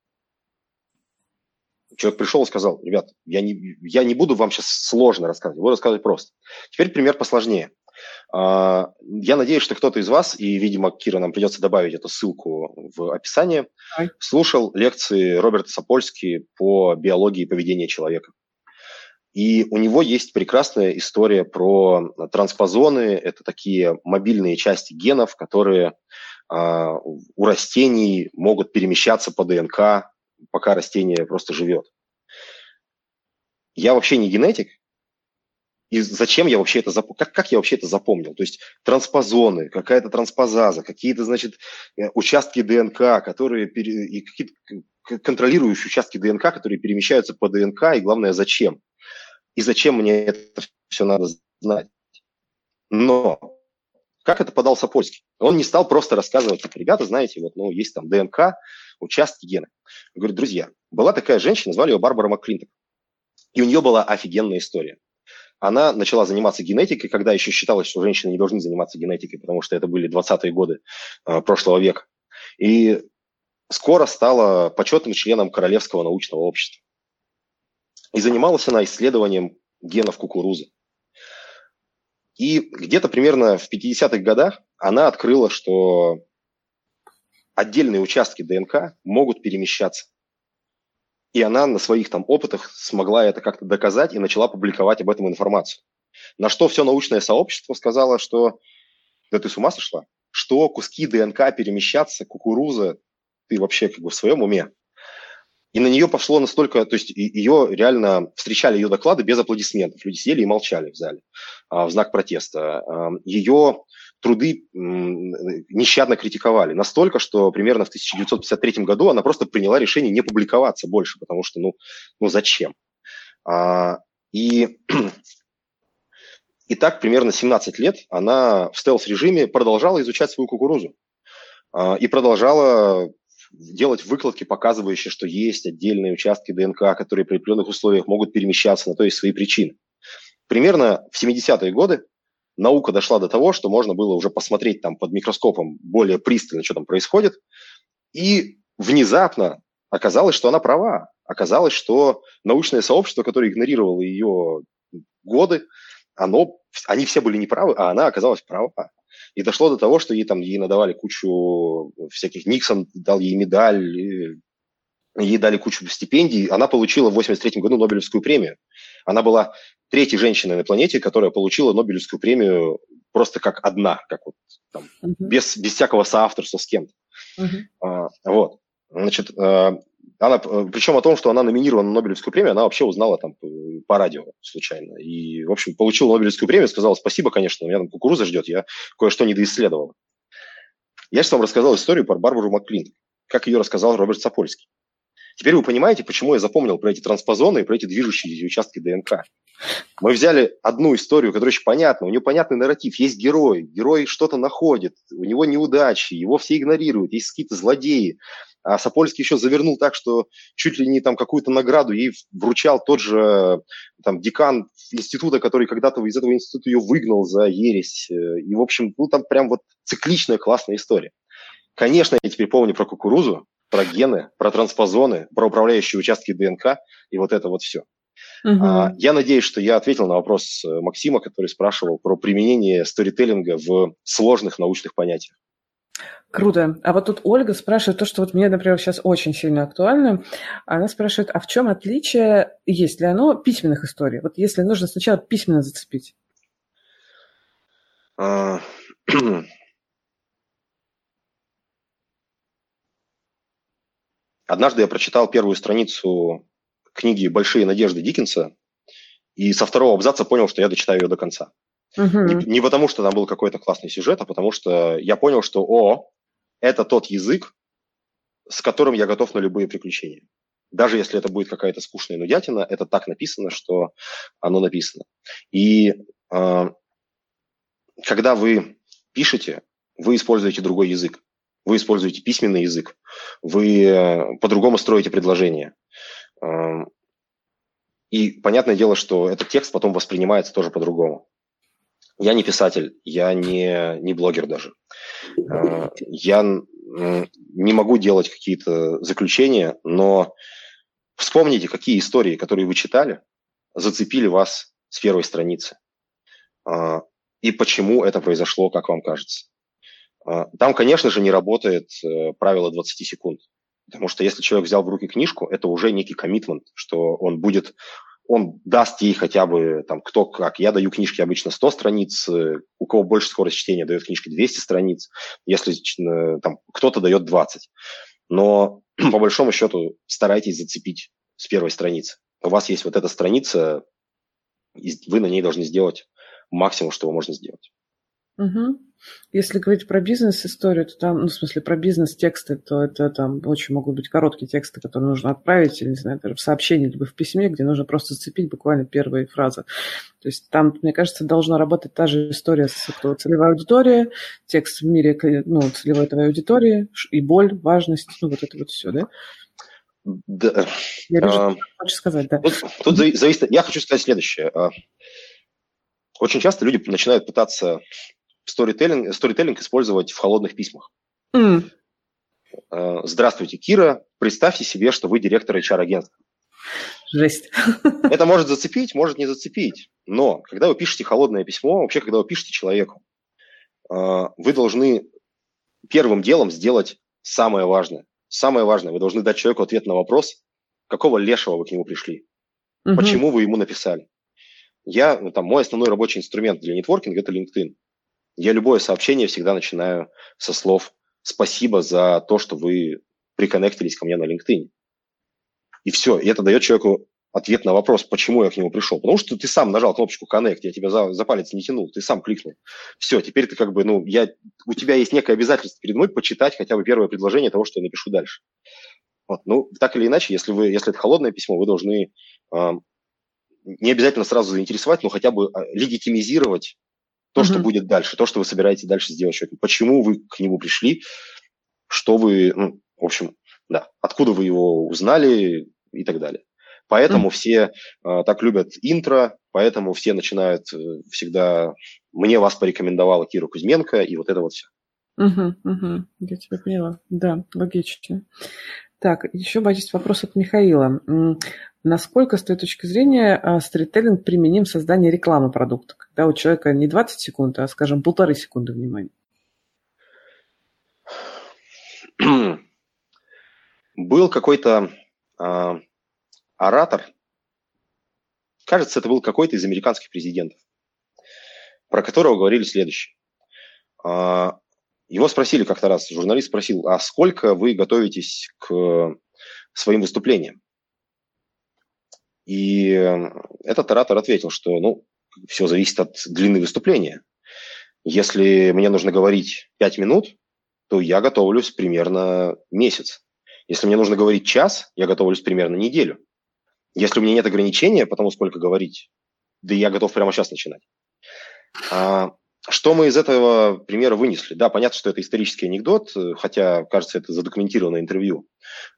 Человек пришел и сказал, ребят, я не буду вам сейчас сложно рассказывать, буду рассказывать просто. Теперь пример посложнее. Я надеюсь, что кто-то из вас, и, видимо, Кира, нам придется добавить эту ссылку в описание, слушал лекции Роберта Сапольски по биологии поведения человека. И у него есть прекрасная история про транспозоны. Это такие мобильные части генов, которые у растений могут перемещаться по ДНК, пока растение просто живет. Я вообще не генетик. И зачем я вообще это запомнил? Как я вообще это запомнил? То есть транспозоны, какая-то транспозаза, какие-то, участки ДНК, и какие-то контролирующие участки ДНК, которые перемещаются по ДНК, и главное, зачем? И зачем мне это все надо знать? Но как это подал Сапольский? Он не стал просто рассказывать, ребята, знаете, есть там ДНК, участки гена. Он говорит, друзья, была такая женщина, звали ее Барбара МакКлинток, и у нее была офигенная история. Она начала заниматься генетикой, когда еще считалось, что женщины не должны заниматься генетикой, потому что это были 20-е годы прошлого века. И скоро стала почетным членом Королевского научного общества. И занималась она исследованием генов кукурузы. И где-то примерно в 50-х годах она открыла, что отдельные участки ДНК могут перемещаться. И она на своих опытах смогла это как-то доказать и начала публиковать об этом информацию. На что все научное сообщество сказало, что, да ты с ума сошла? Что, куски ДНК перемещаться, кукуруза, ты вообще как бы в своем уме? И на нее пошло настолько, то есть ее реально встречали ее доклады без аплодисментов. Люди сидели и молчали в зале в знак протеста. Ее труды нещадно критиковали. Настолько, что примерно в 1953 году она просто приняла решение не публиковаться больше, потому что, ну зачем? И так примерно 17 лет она в стелс-режиме продолжала изучать свою кукурузу и продолжала делать выкладки, показывающие, что есть отдельные участки ДНК, которые при определенных условиях могут перемещаться, на то есть свои причины. Примерно в 70-е годы наука дошла до того, что можно было уже посмотреть там под микроскопом более пристально, что там происходит, и внезапно оказалось, что она права. Оказалось, что научное сообщество, которое игнорировало ее годы, они все были неправы, а она оказалась права. И дошло до того, что ей надавали кучу всяких... Никсон дал ей медаль, ей дали кучу стипендий. Она получила в 1983 году Нобелевскую премию. Она была третьей женщиной на планете, которая получила Нобелевскую премию просто как одна, как вот там, без всякого соавторства с кем-то. Вот. Значит, причем о том, что она номинирована на Нобелевскую премию, она вообще узнала там по радио случайно. И, в общем, получила Нобелевскую премию, сказала: спасибо, конечно, у меня там кукуруза ждет, я кое-что недоисследовала. Я сейчас вам рассказал историю про Барбару МакКлинток, как ее рассказал Роберт Сапольский. Теперь вы понимаете, почему я запомнил про эти транспозоны и про эти движущиеся участки ДНК. Мы взяли одну историю, которая очень понятна, у нее понятный нарратив, есть герой что-то находит, у него неудачи, его все игнорируют, есть какие-то злодеи. А Сапольский еще завернул так, что чуть ли не там какую-то награду ей вручал тот же там декан института, который когда-то из этого института ее выгнал за ересь. И, в общем, там прям вот цикличная классная история. Конечно, я теперь помню про кукурузу, про гены, про транспозоны, про управляющие участки ДНК и вот это вот все. Я надеюсь, что я ответил на вопрос Максима, который спрашивал про применение сторителлинга в сложных научных понятиях. Круто. А вот тут Ольга спрашивает то, что вот мне, например, сейчас очень сильно актуально. Она спрашивает, а в чем отличие, есть ли оно, письменных историй? Вот если нужно сначала письменно зацепить. Однажды я прочитал первую страницу книги «Большие надежды» Диккенса, и со второго абзаца понял, что я дочитаю ее до конца. Не потому, что там был какой-то классный сюжет, а потому что я понял, что это тот язык, с которым я готов на любые приключения. Даже если это будет какая-то скучная нудятина, это так написано, что оно написано. И когда вы пишете, вы используете другой язык. Вы используете письменный язык. Вы по-другому строите предложение. И понятное дело, что этот текст потом воспринимается тоже по-другому. Я не писатель, я не блогер даже. Я не могу делать какие-то заключения, но вспомните, какие истории, которые вы читали, зацепили вас с первой страницы. И почему это произошло, как вам кажется. Там, конечно же, не работает правило 20 секунд. Потому что если человек взял в руки книжку, это уже некий коммитмент, что он даст ей хотя бы, там, кто как. Я даю книжке обычно 100 страниц, у кого больше скорость чтения, дает книжке 200 страниц, если там, кто-то дает 20. Но по большому счету старайтесь зацепить с первой страницы. У вас есть вот эта страница, и вы на ней должны сделать максимум, что можно сделать. Если говорить про бизнес-историю, то там, в смысле, про бизнес-тексты, то это там очень могут быть короткие тексты, которые нужно отправить, или, не знаю, даже в сообщении, либо в письме, где нужно просто зацепить буквально первые фразы. То есть там, мне кажется, должна работать та же история с целевой аудиторией, текст в мире, целевой твоей аудитории, и боль, важность, вот это вот все, да? Да. Я вижу, что хочешь сказать, да. Тут зависит. Я хочу сказать следующее. Очень часто люди начинают пытаться сторителлинг использовать в холодных письмах. Здравствуйте, Кира. Представьте себе, что вы директор HR-агентства. Жесть. Это может зацепить, может не зацепить. Но когда вы пишете холодное письмо, вообще, когда вы пишете человеку, вы должны первым делом сделать самое важное. Самое важное, вы должны дать человеку ответ на вопрос, какого лешего вы к нему пришли, почему вы ему написали. Мой основной рабочий инструмент для нетворкинга – это LinkedIn. я любое сообщение всегда начинаю со слов «спасибо за то, что вы приконнектились ко мне на LinkedIn». И все. И это дает человеку ответ на вопрос, почему я к нему пришел. Потому что ты сам нажал кнопочку Connect, я тебя за палец не тянул, ты сам кликнул. Все, теперь ты как бы, у тебя есть некое обязательство перед мной почитать хотя бы первое предложение того, что я напишу дальше. Вот. Ну, так или иначе, если это холодное письмо, вы должны не обязательно сразу заинтересовать, но хотя бы легитимизировать то, что будет дальше, то, что вы собираетесь дальше сделать человеку. Почему вы к нему пришли, что вы, в общем, да, откуда вы его узнали и так далее. Поэтому все так любят интро, поэтому все начинают всегда «мне вас порекомендовала Кира Кузьменко» и вот это вот все. Я тебя поняла. Да, логично. Так, еще есть вопрос от Михаила. Насколько, с твоей точки зрения, сторителлинг применим в создании рекламы продукта, когда у человека не 20 секунд, а, скажем, 1,5 секунды внимания? Был какой-то оратор, кажется, это был какой-то из американских президентов, про которого говорили следующее. Его спросили как-то раз, журналист спросил, а сколько вы готовитесь к своим выступлениям? И этот оратор ответил, что, все зависит от длины выступления. Если мне нужно говорить 5 минут, то я готовлюсь примерно месяц. Если мне нужно говорить час, я готовлюсь примерно неделю. Если у меня нет ограничения по тому, сколько говорить, да я готов прямо сейчас начинать. Что мы из этого примера вынесли? Да, понятно, что это исторический анекдот, хотя, кажется, это задокументированное интервью.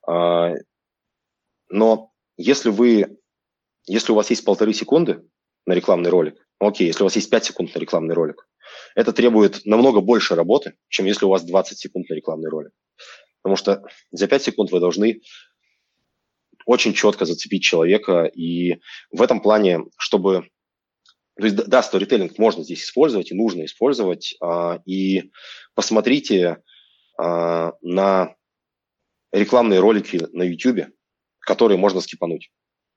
Но если у вас есть 1,5 секунды на рекламный ролик, окей, если у вас есть 5 секунд на рекламный ролик, это требует намного больше работы, чем если у вас 20 секунд на рекламный ролик. Потому что за 5 секунд вы должны очень четко зацепить человека. И в этом плане, То есть, да, сторителлинг можно здесь использовать и нужно использовать. И посмотрите на рекламные ролики на YouTube, которые можно скипануть.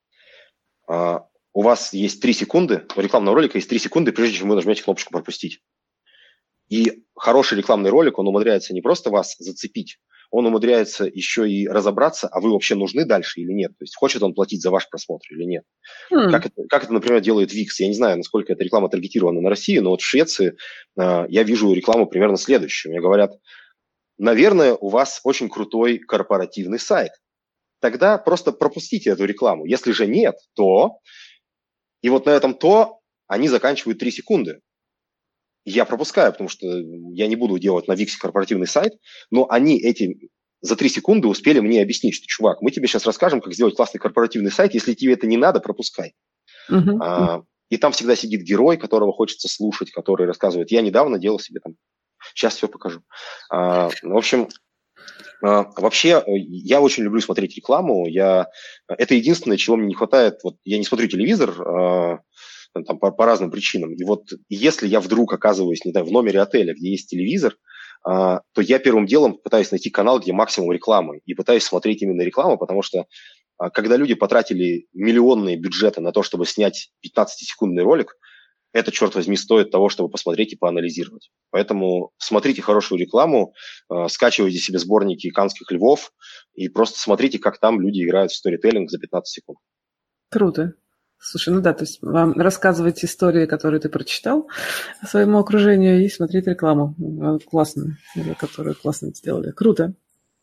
У вас есть 3 секунды, у рекламного ролика есть 3 секунды, прежде чем вы нажмете кнопочку «Пропустить». И хороший рекламный ролик, он умудряется не просто вас зацепить, он умудряется еще и разобраться, а вы вообще нужны дальше или нет. То есть хочет он платить за ваш просмотр или нет. Как это, например, делает Wix. Я не знаю, насколько эта реклама таргетирована на Россию, но вот в Швеции я вижу рекламу примерно следующую. Мне говорят, наверное, у вас очень крутой корпоративный сайт. Тогда просто пропустите эту рекламу. Если же нет, то... И вот на этом то они заканчивают 3 секунды. Я пропускаю, потому что я не буду делать на Wix корпоративный сайт, но они за 3 секунды успели мне объяснить, что, чувак, мы тебе сейчас расскажем, как сделать классный корпоративный сайт, если тебе это не надо, пропускай. И там всегда сидит герой, которого хочется слушать, который рассказывает, я недавно делал себе там, сейчас все покажу. В общем, вообще, я очень люблю смотреть рекламу, это единственное, чего мне не хватает, вот я не смотрю телевизор, там, по разным причинам. И вот если я вдруг оказываюсь, не знаю, в номере отеля, где есть телевизор, то я первым делом пытаюсь найти канал, где максимум рекламы, и пытаюсь смотреть именно рекламу, потому что когда люди потратили миллионные бюджеты на то, чтобы снять 15-секундный ролик, это, черт возьми, стоит того, чтобы посмотреть и поанализировать. Поэтому смотрите хорошую рекламу, скачивайте себе сборники «Каннских львов» и просто смотрите, как там люди играют в сторителлинг за 15 секунд. Круто. Слушай, то есть вам рассказывать истории, которые ты прочитал своему окружению, и смотреть рекламу классную, которую классно сделали. Круто.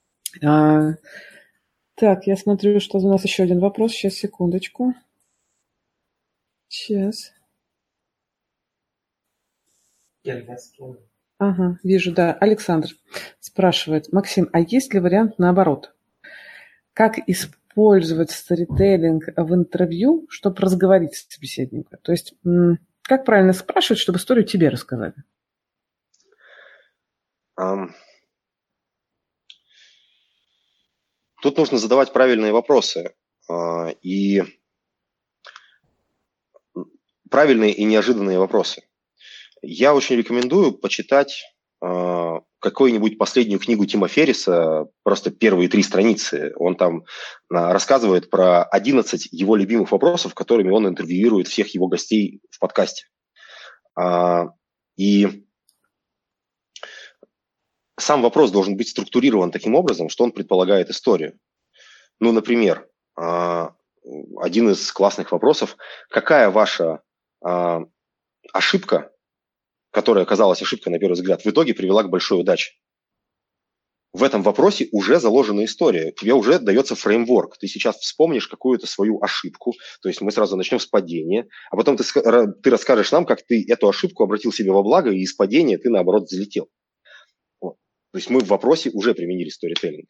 Так, я смотрю, что у нас еще один вопрос. Сейчас, секундочку. Сейчас. Ага, вижу, да. Александр спрашивает. Максим, а есть ли вариант наоборот? Как использовать сторителлинг в интервью, чтобы разговорить с собеседником? То есть, как правильно спрашивать, чтобы историю тебе рассказали? Тут нужно задавать правильные вопросы. И правильные и неожиданные вопросы. Я очень рекомендую почитать какую-нибудь последнюю книгу Тима Ферриса, просто первые 3 страницы. Он там рассказывает про 11 его любимых вопросов, которыми он интервьюирует всех его гостей в подкасте. И сам вопрос должен быть структурирован таким образом, что он предполагает историю. Ну, например, один из классных вопросов: какая ваша ошибка, которая оказалась ошибкой на первый взгляд, в итоге привела к большой удаче? В этом вопросе уже заложена история, тебе уже дается фреймворк. Ты сейчас вспомнишь какую-то свою ошибку, то есть мы сразу начнем с падения, а потом ты расскажешь нам, как ты эту ошибку обратил себе во благо, и из падения ты, наоборот, взлетел. Вот. То есть мы в вопросе уже применили сторителлинг.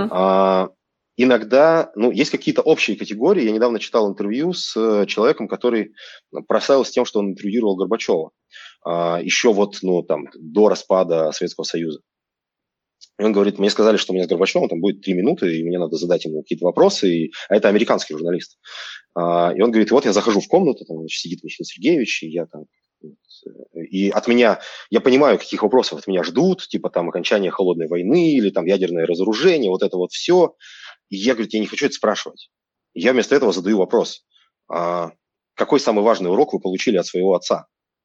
Иногда, есть какие-то общие категории. Я недавно читал интервью с человеком, который прославился тем, что он интервьюировал Горбачева. Еще до распада Советского Союза. И он говорит: мне сказали, что у меня с Горбачевым там будет 3 минуты, и мне надо задать ему какие-то вопросы. А это американский журналист. И он говорит: вот я захожу в комнату, там сидит Михаил Сергеевич, и я там... И от меня, я понимаю, каких вопросов от меня ждут, типа там окончание холодной войны или там ядерное разоружение, вот это вот все. И я, говорю, я не хочу это спрашивать. И я вместо этого задаю вопрос: какой самый важный урок вы получили от своего отца?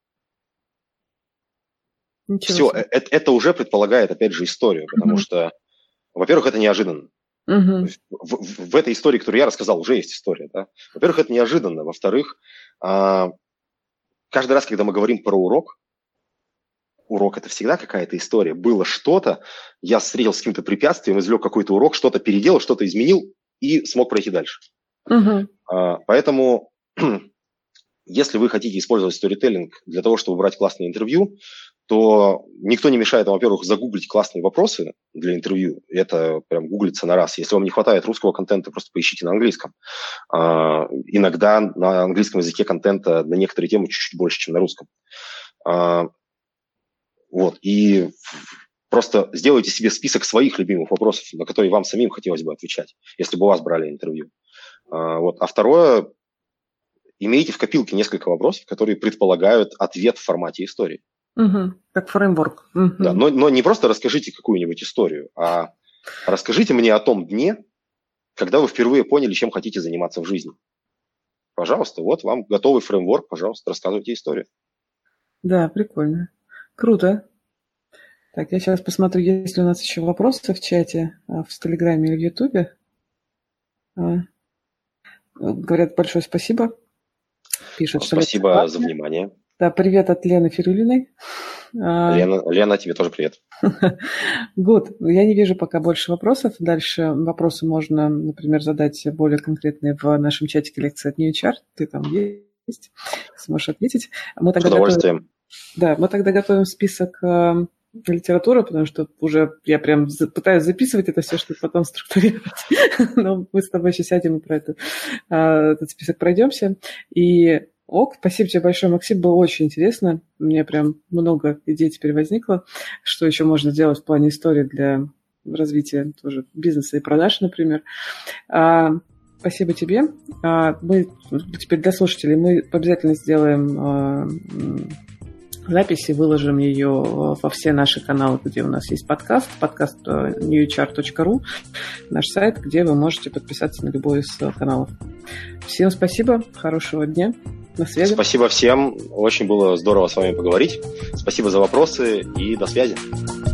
Все, это уже предполагает, опять же, историю, потому что, во-первых, это неожиданно. В этой истории, которую я рассказал, уже есть история. Да? Во-первых, это неожиданно. Во-вторых, каждый раз, когда мы говорим про урок – это всегда какая-то история. Было что-то, я встретился с каким-то препятствием, извлек какой-то урок, что-то переделал, что-то изменил и смог пройти дальше. Поэтому, если вы хотите использовать сторителлинг для того, чтобы брать классное интервью, то никто не мешает вам, во-первых, загуглить классные вопросы для интервью. Это прям гуглится на раз. Если вам не хватает русского контента, просто поищите на английском. Иногда на английском языке контента на некоторые темы чуть-чуть больше, чем на русском. И просто сделайте себе список своих любимых вопросов, на которые вам самим хотелось бы отвечать, если бы у вас брали интервью. А второе, имейте в копилке несколько вопросов, которые предполагают ответ в формате истории. Как фреймворк. Да, но не просто расскажите какую-нибудь историю, а расскажите мне о том дне, когда вы впервые поняли, чем хотите заниматься в жизни. Пожалуйста, вот вам готовый фреймворк, пожалуйста, рассказывайте историю. Да, прикольно. Круто. Так, я сейчас посмотрю, есть ли у нас еще вопросы в чате, в Телеграме или в Ютубе. Говорят, большое спасибо. Пишут, спасибо за внимание. Да, привет от Лены Фирюлиной. Лена, тебе тоже привет. Good. Я не вижу пока больше вопросов. Дальше вопросы можно, например, задать более конкретные в нашем чатике лекции от New HR. Ты там есть, сможешь ответить. С удовольствием. Мы тогда готовим список литературы, потому что уже я прям пытаюсь записывать это все, чтобы потом структурировать. Но мы с тобой еще сядем и про этот список пройдемся. И спасибо тебе большое, Максим, было очень интересно. У меня прям много идей теперь возникло, что еще можно сделать в плане истории для развития тоже бизнеса и продаж, например. Спасибо тебе. Мы теперь для слушателей мы обязательно сделаем запись и выложим ее во все наши каналы, где у нас есть подкаст newhr.ru, наш сайт, где вы можете подписаться на любой из каналов. Всем спасибо, хорошего дня, на связи. Спасибо всем, очень было здорово с вами поговорить. Спасибо за вопросы и до связи.